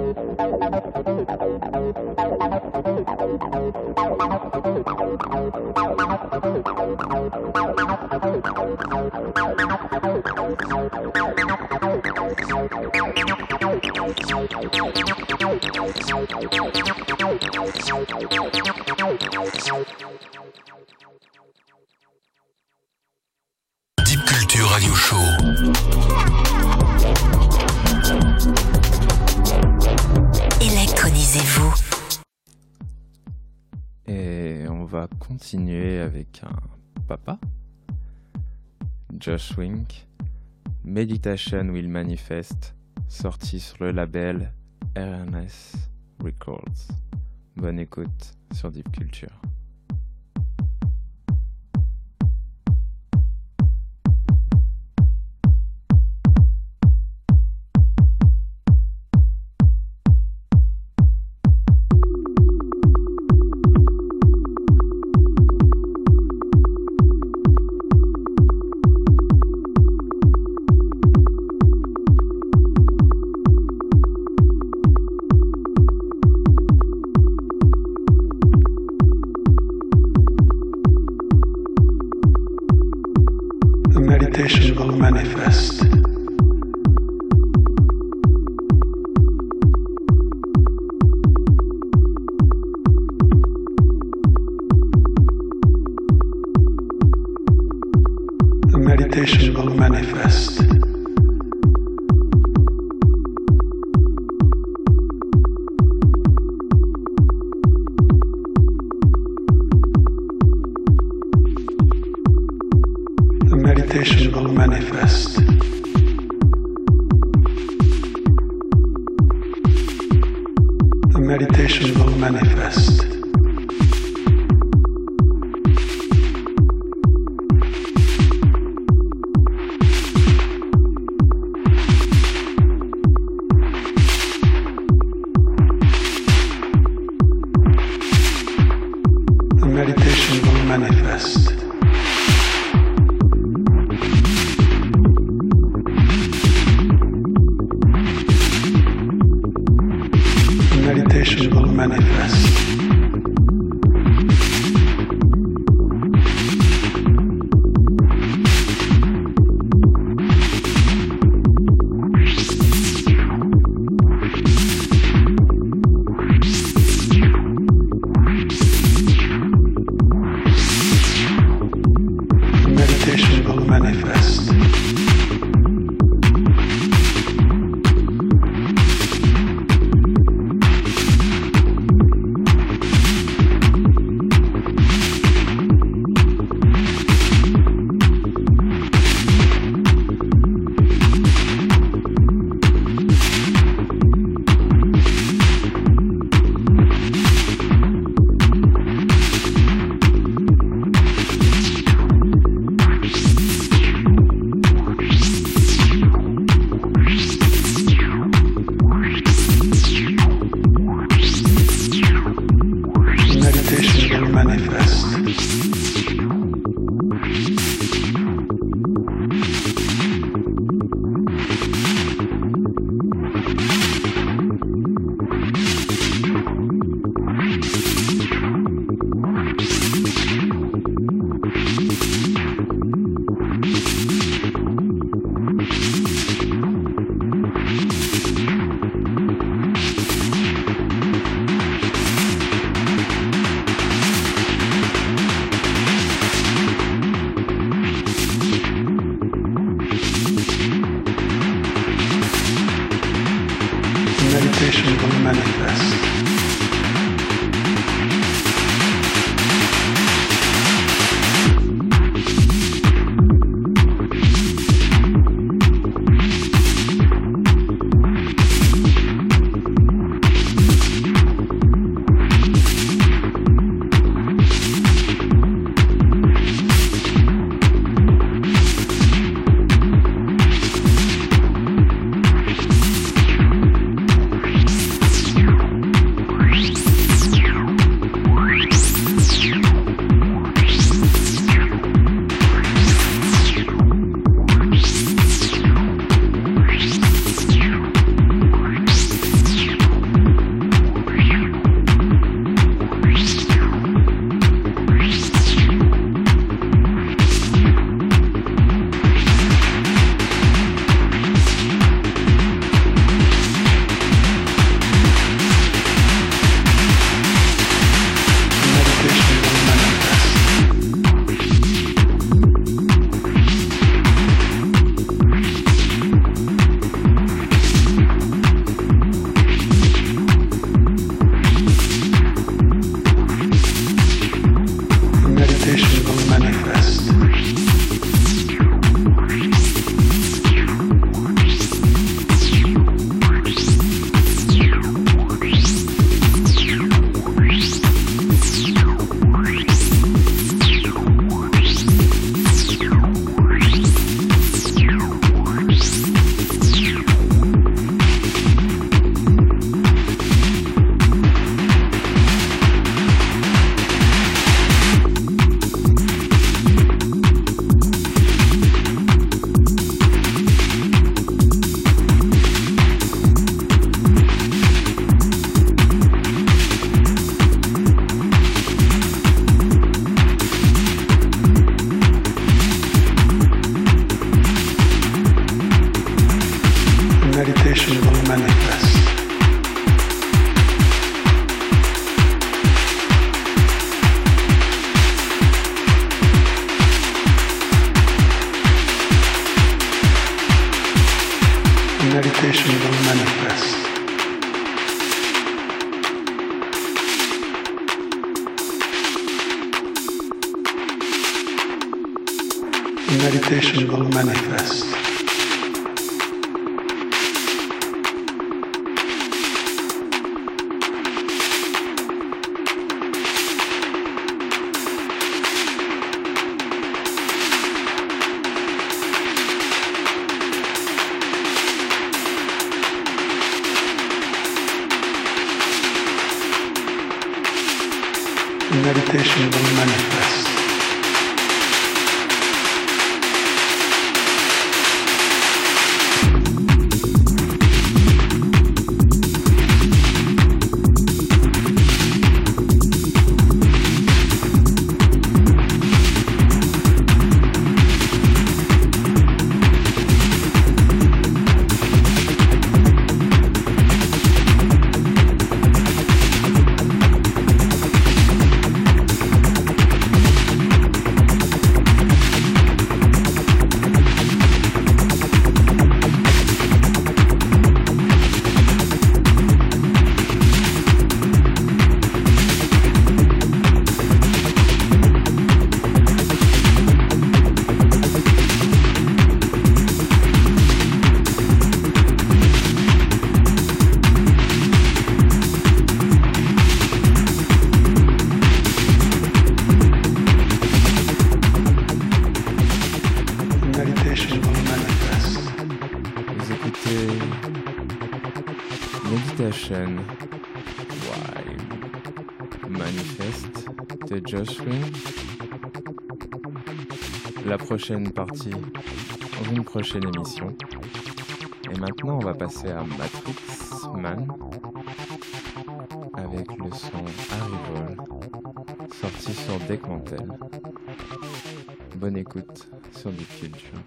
Deep Culture Radio Show. Électronisez-vous. Et on va continuer avec un papa, Josh Wink, Meditation Will Manifest, sorti sur le label R N S Records. Bonne écoute sur Deep Culture. Meditation will manifest. The meditation will manifest. Meditation will manifest. The meditation will manifest. The meditation will manifest. Meditation will manifest. Meditation will manifest. Meditation will manifest. meditation will manifest. Meditation will manifest. Meditation Wild Manifest de Josh Green. La prochaine partie dans une prochaine émission. Et maintenant on va passer à Matrix Man avec le son Arrival sorti sur Deckmantel. Bonne écoute sur Deep Culture.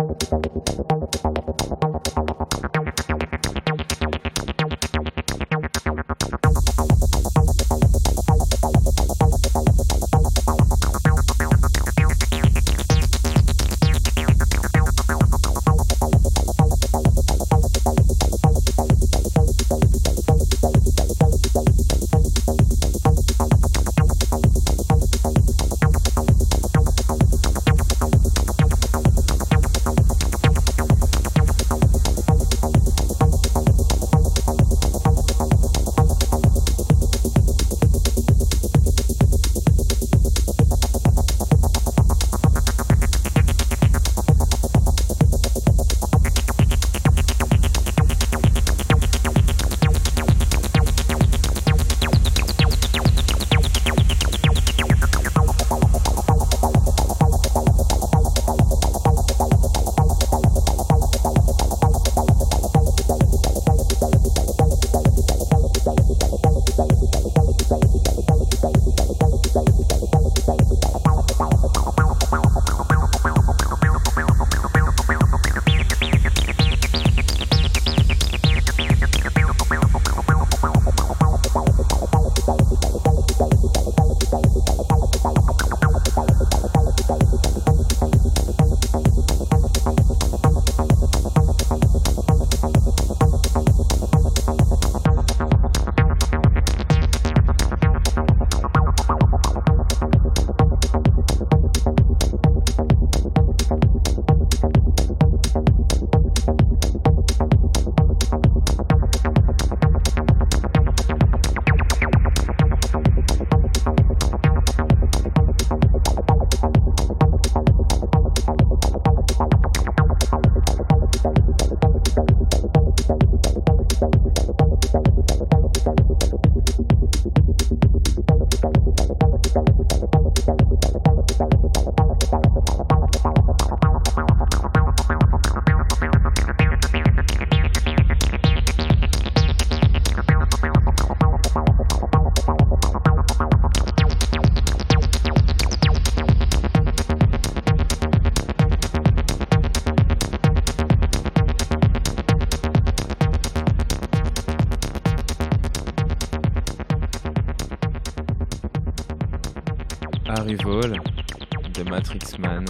Arrival de Matrix Man.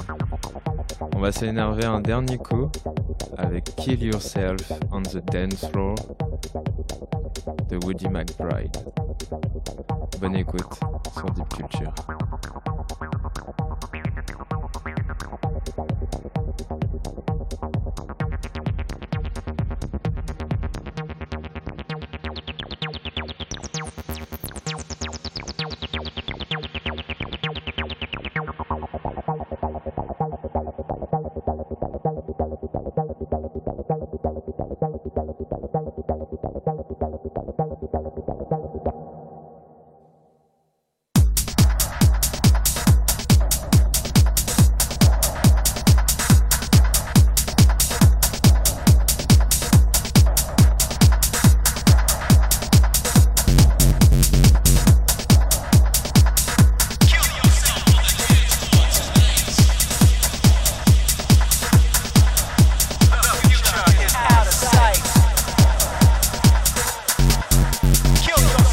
On va s'énerver un dernier coup avec Kill Yourself on the Dance Floor de Woody McBride. Bonne écoute sur Deep Culture. Kill yourself.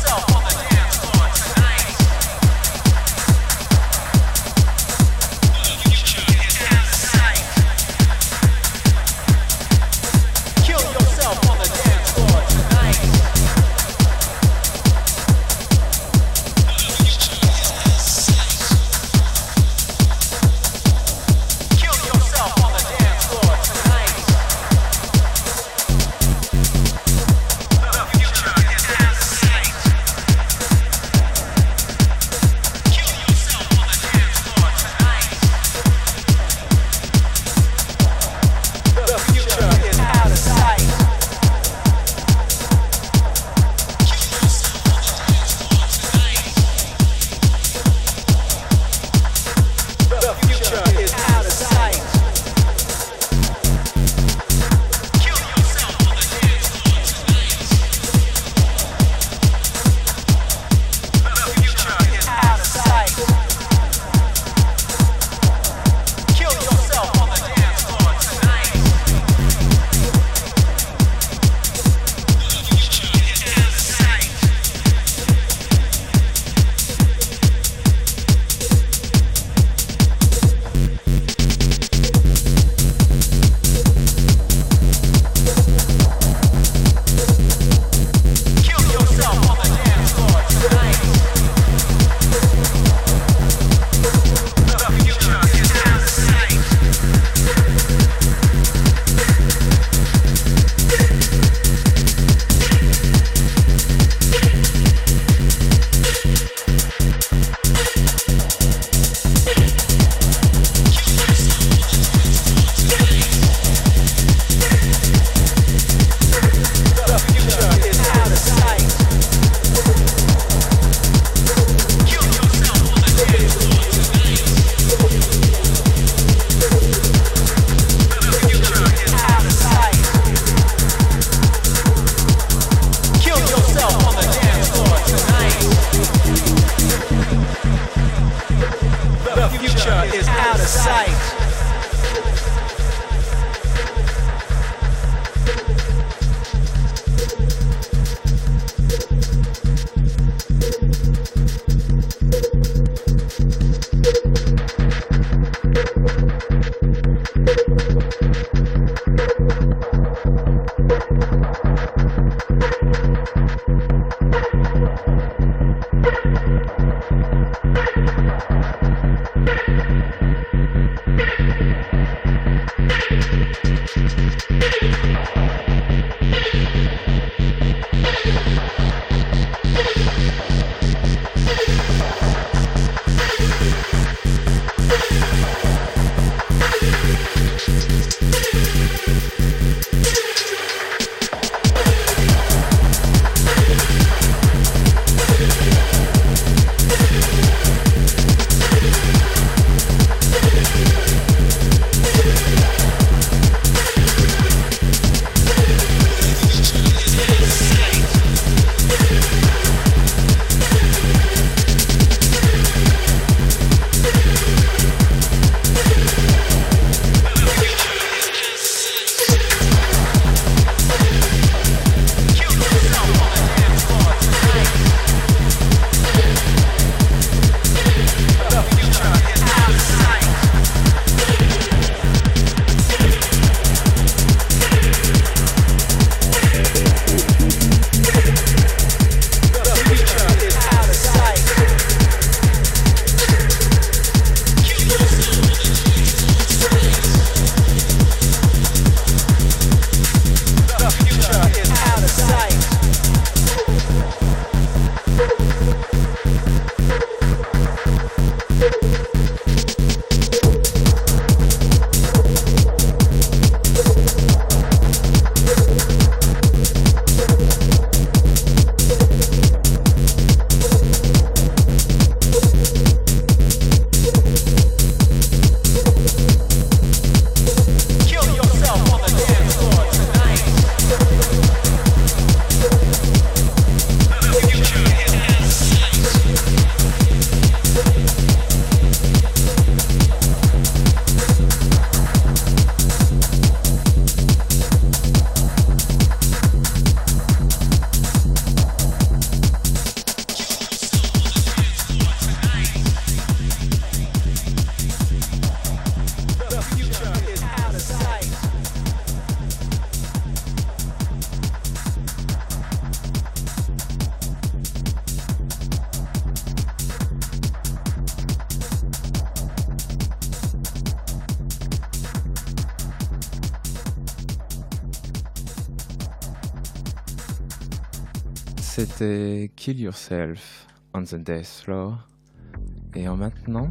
C'était Kill Yourself on the Death Floor. Et en maintenant,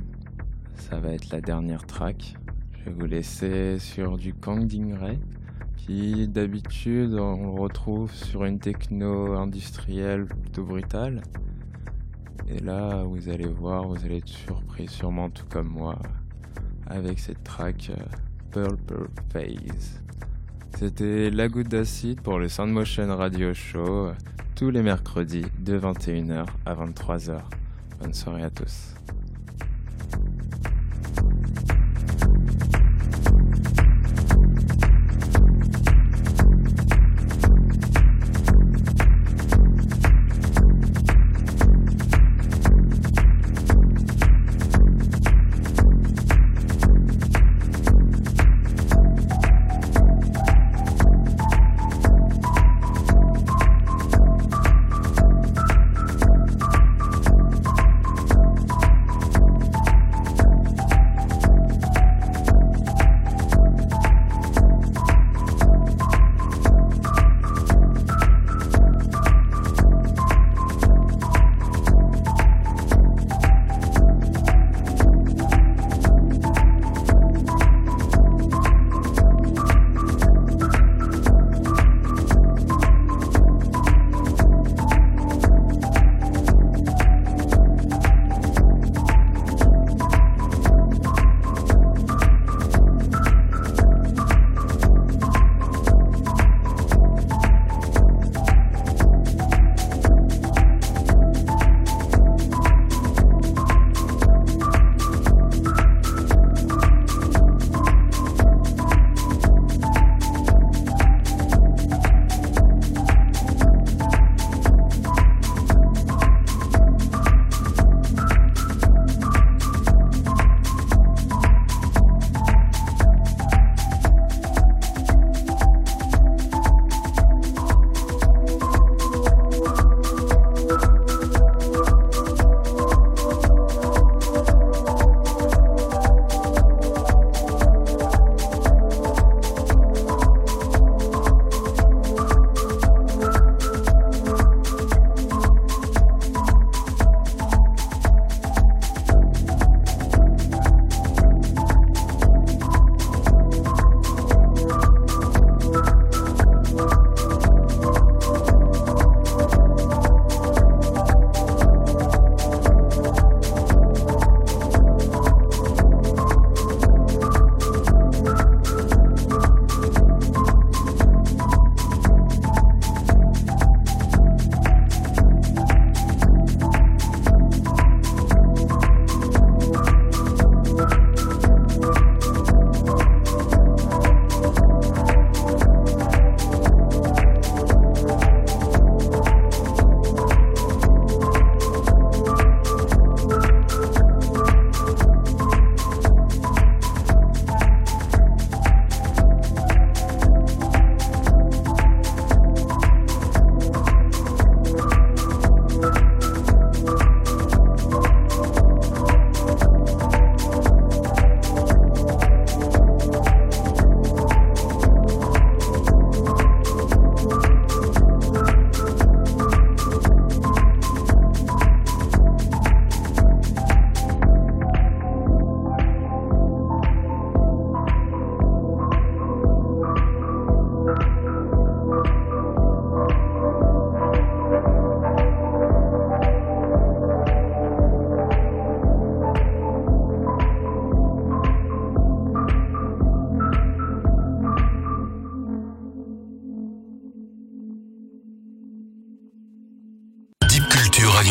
ça va être la dernière track. Je vais vous laisser sur du Kang Ding-Ray, qui d'habitude on le retrouve sur une techno industrielle plutôt brutale. Et là, vous allez voir, vous allez être surpris, sûrement tout comme moi, avec cette track euh, Purple Phase. C'était La Goutte d'Acide pour le Sound Motion Radio Show, tous les mercredis de vingt et une heures à vingt-trois heures. Bonne soirée à tous.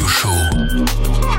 Radio Show.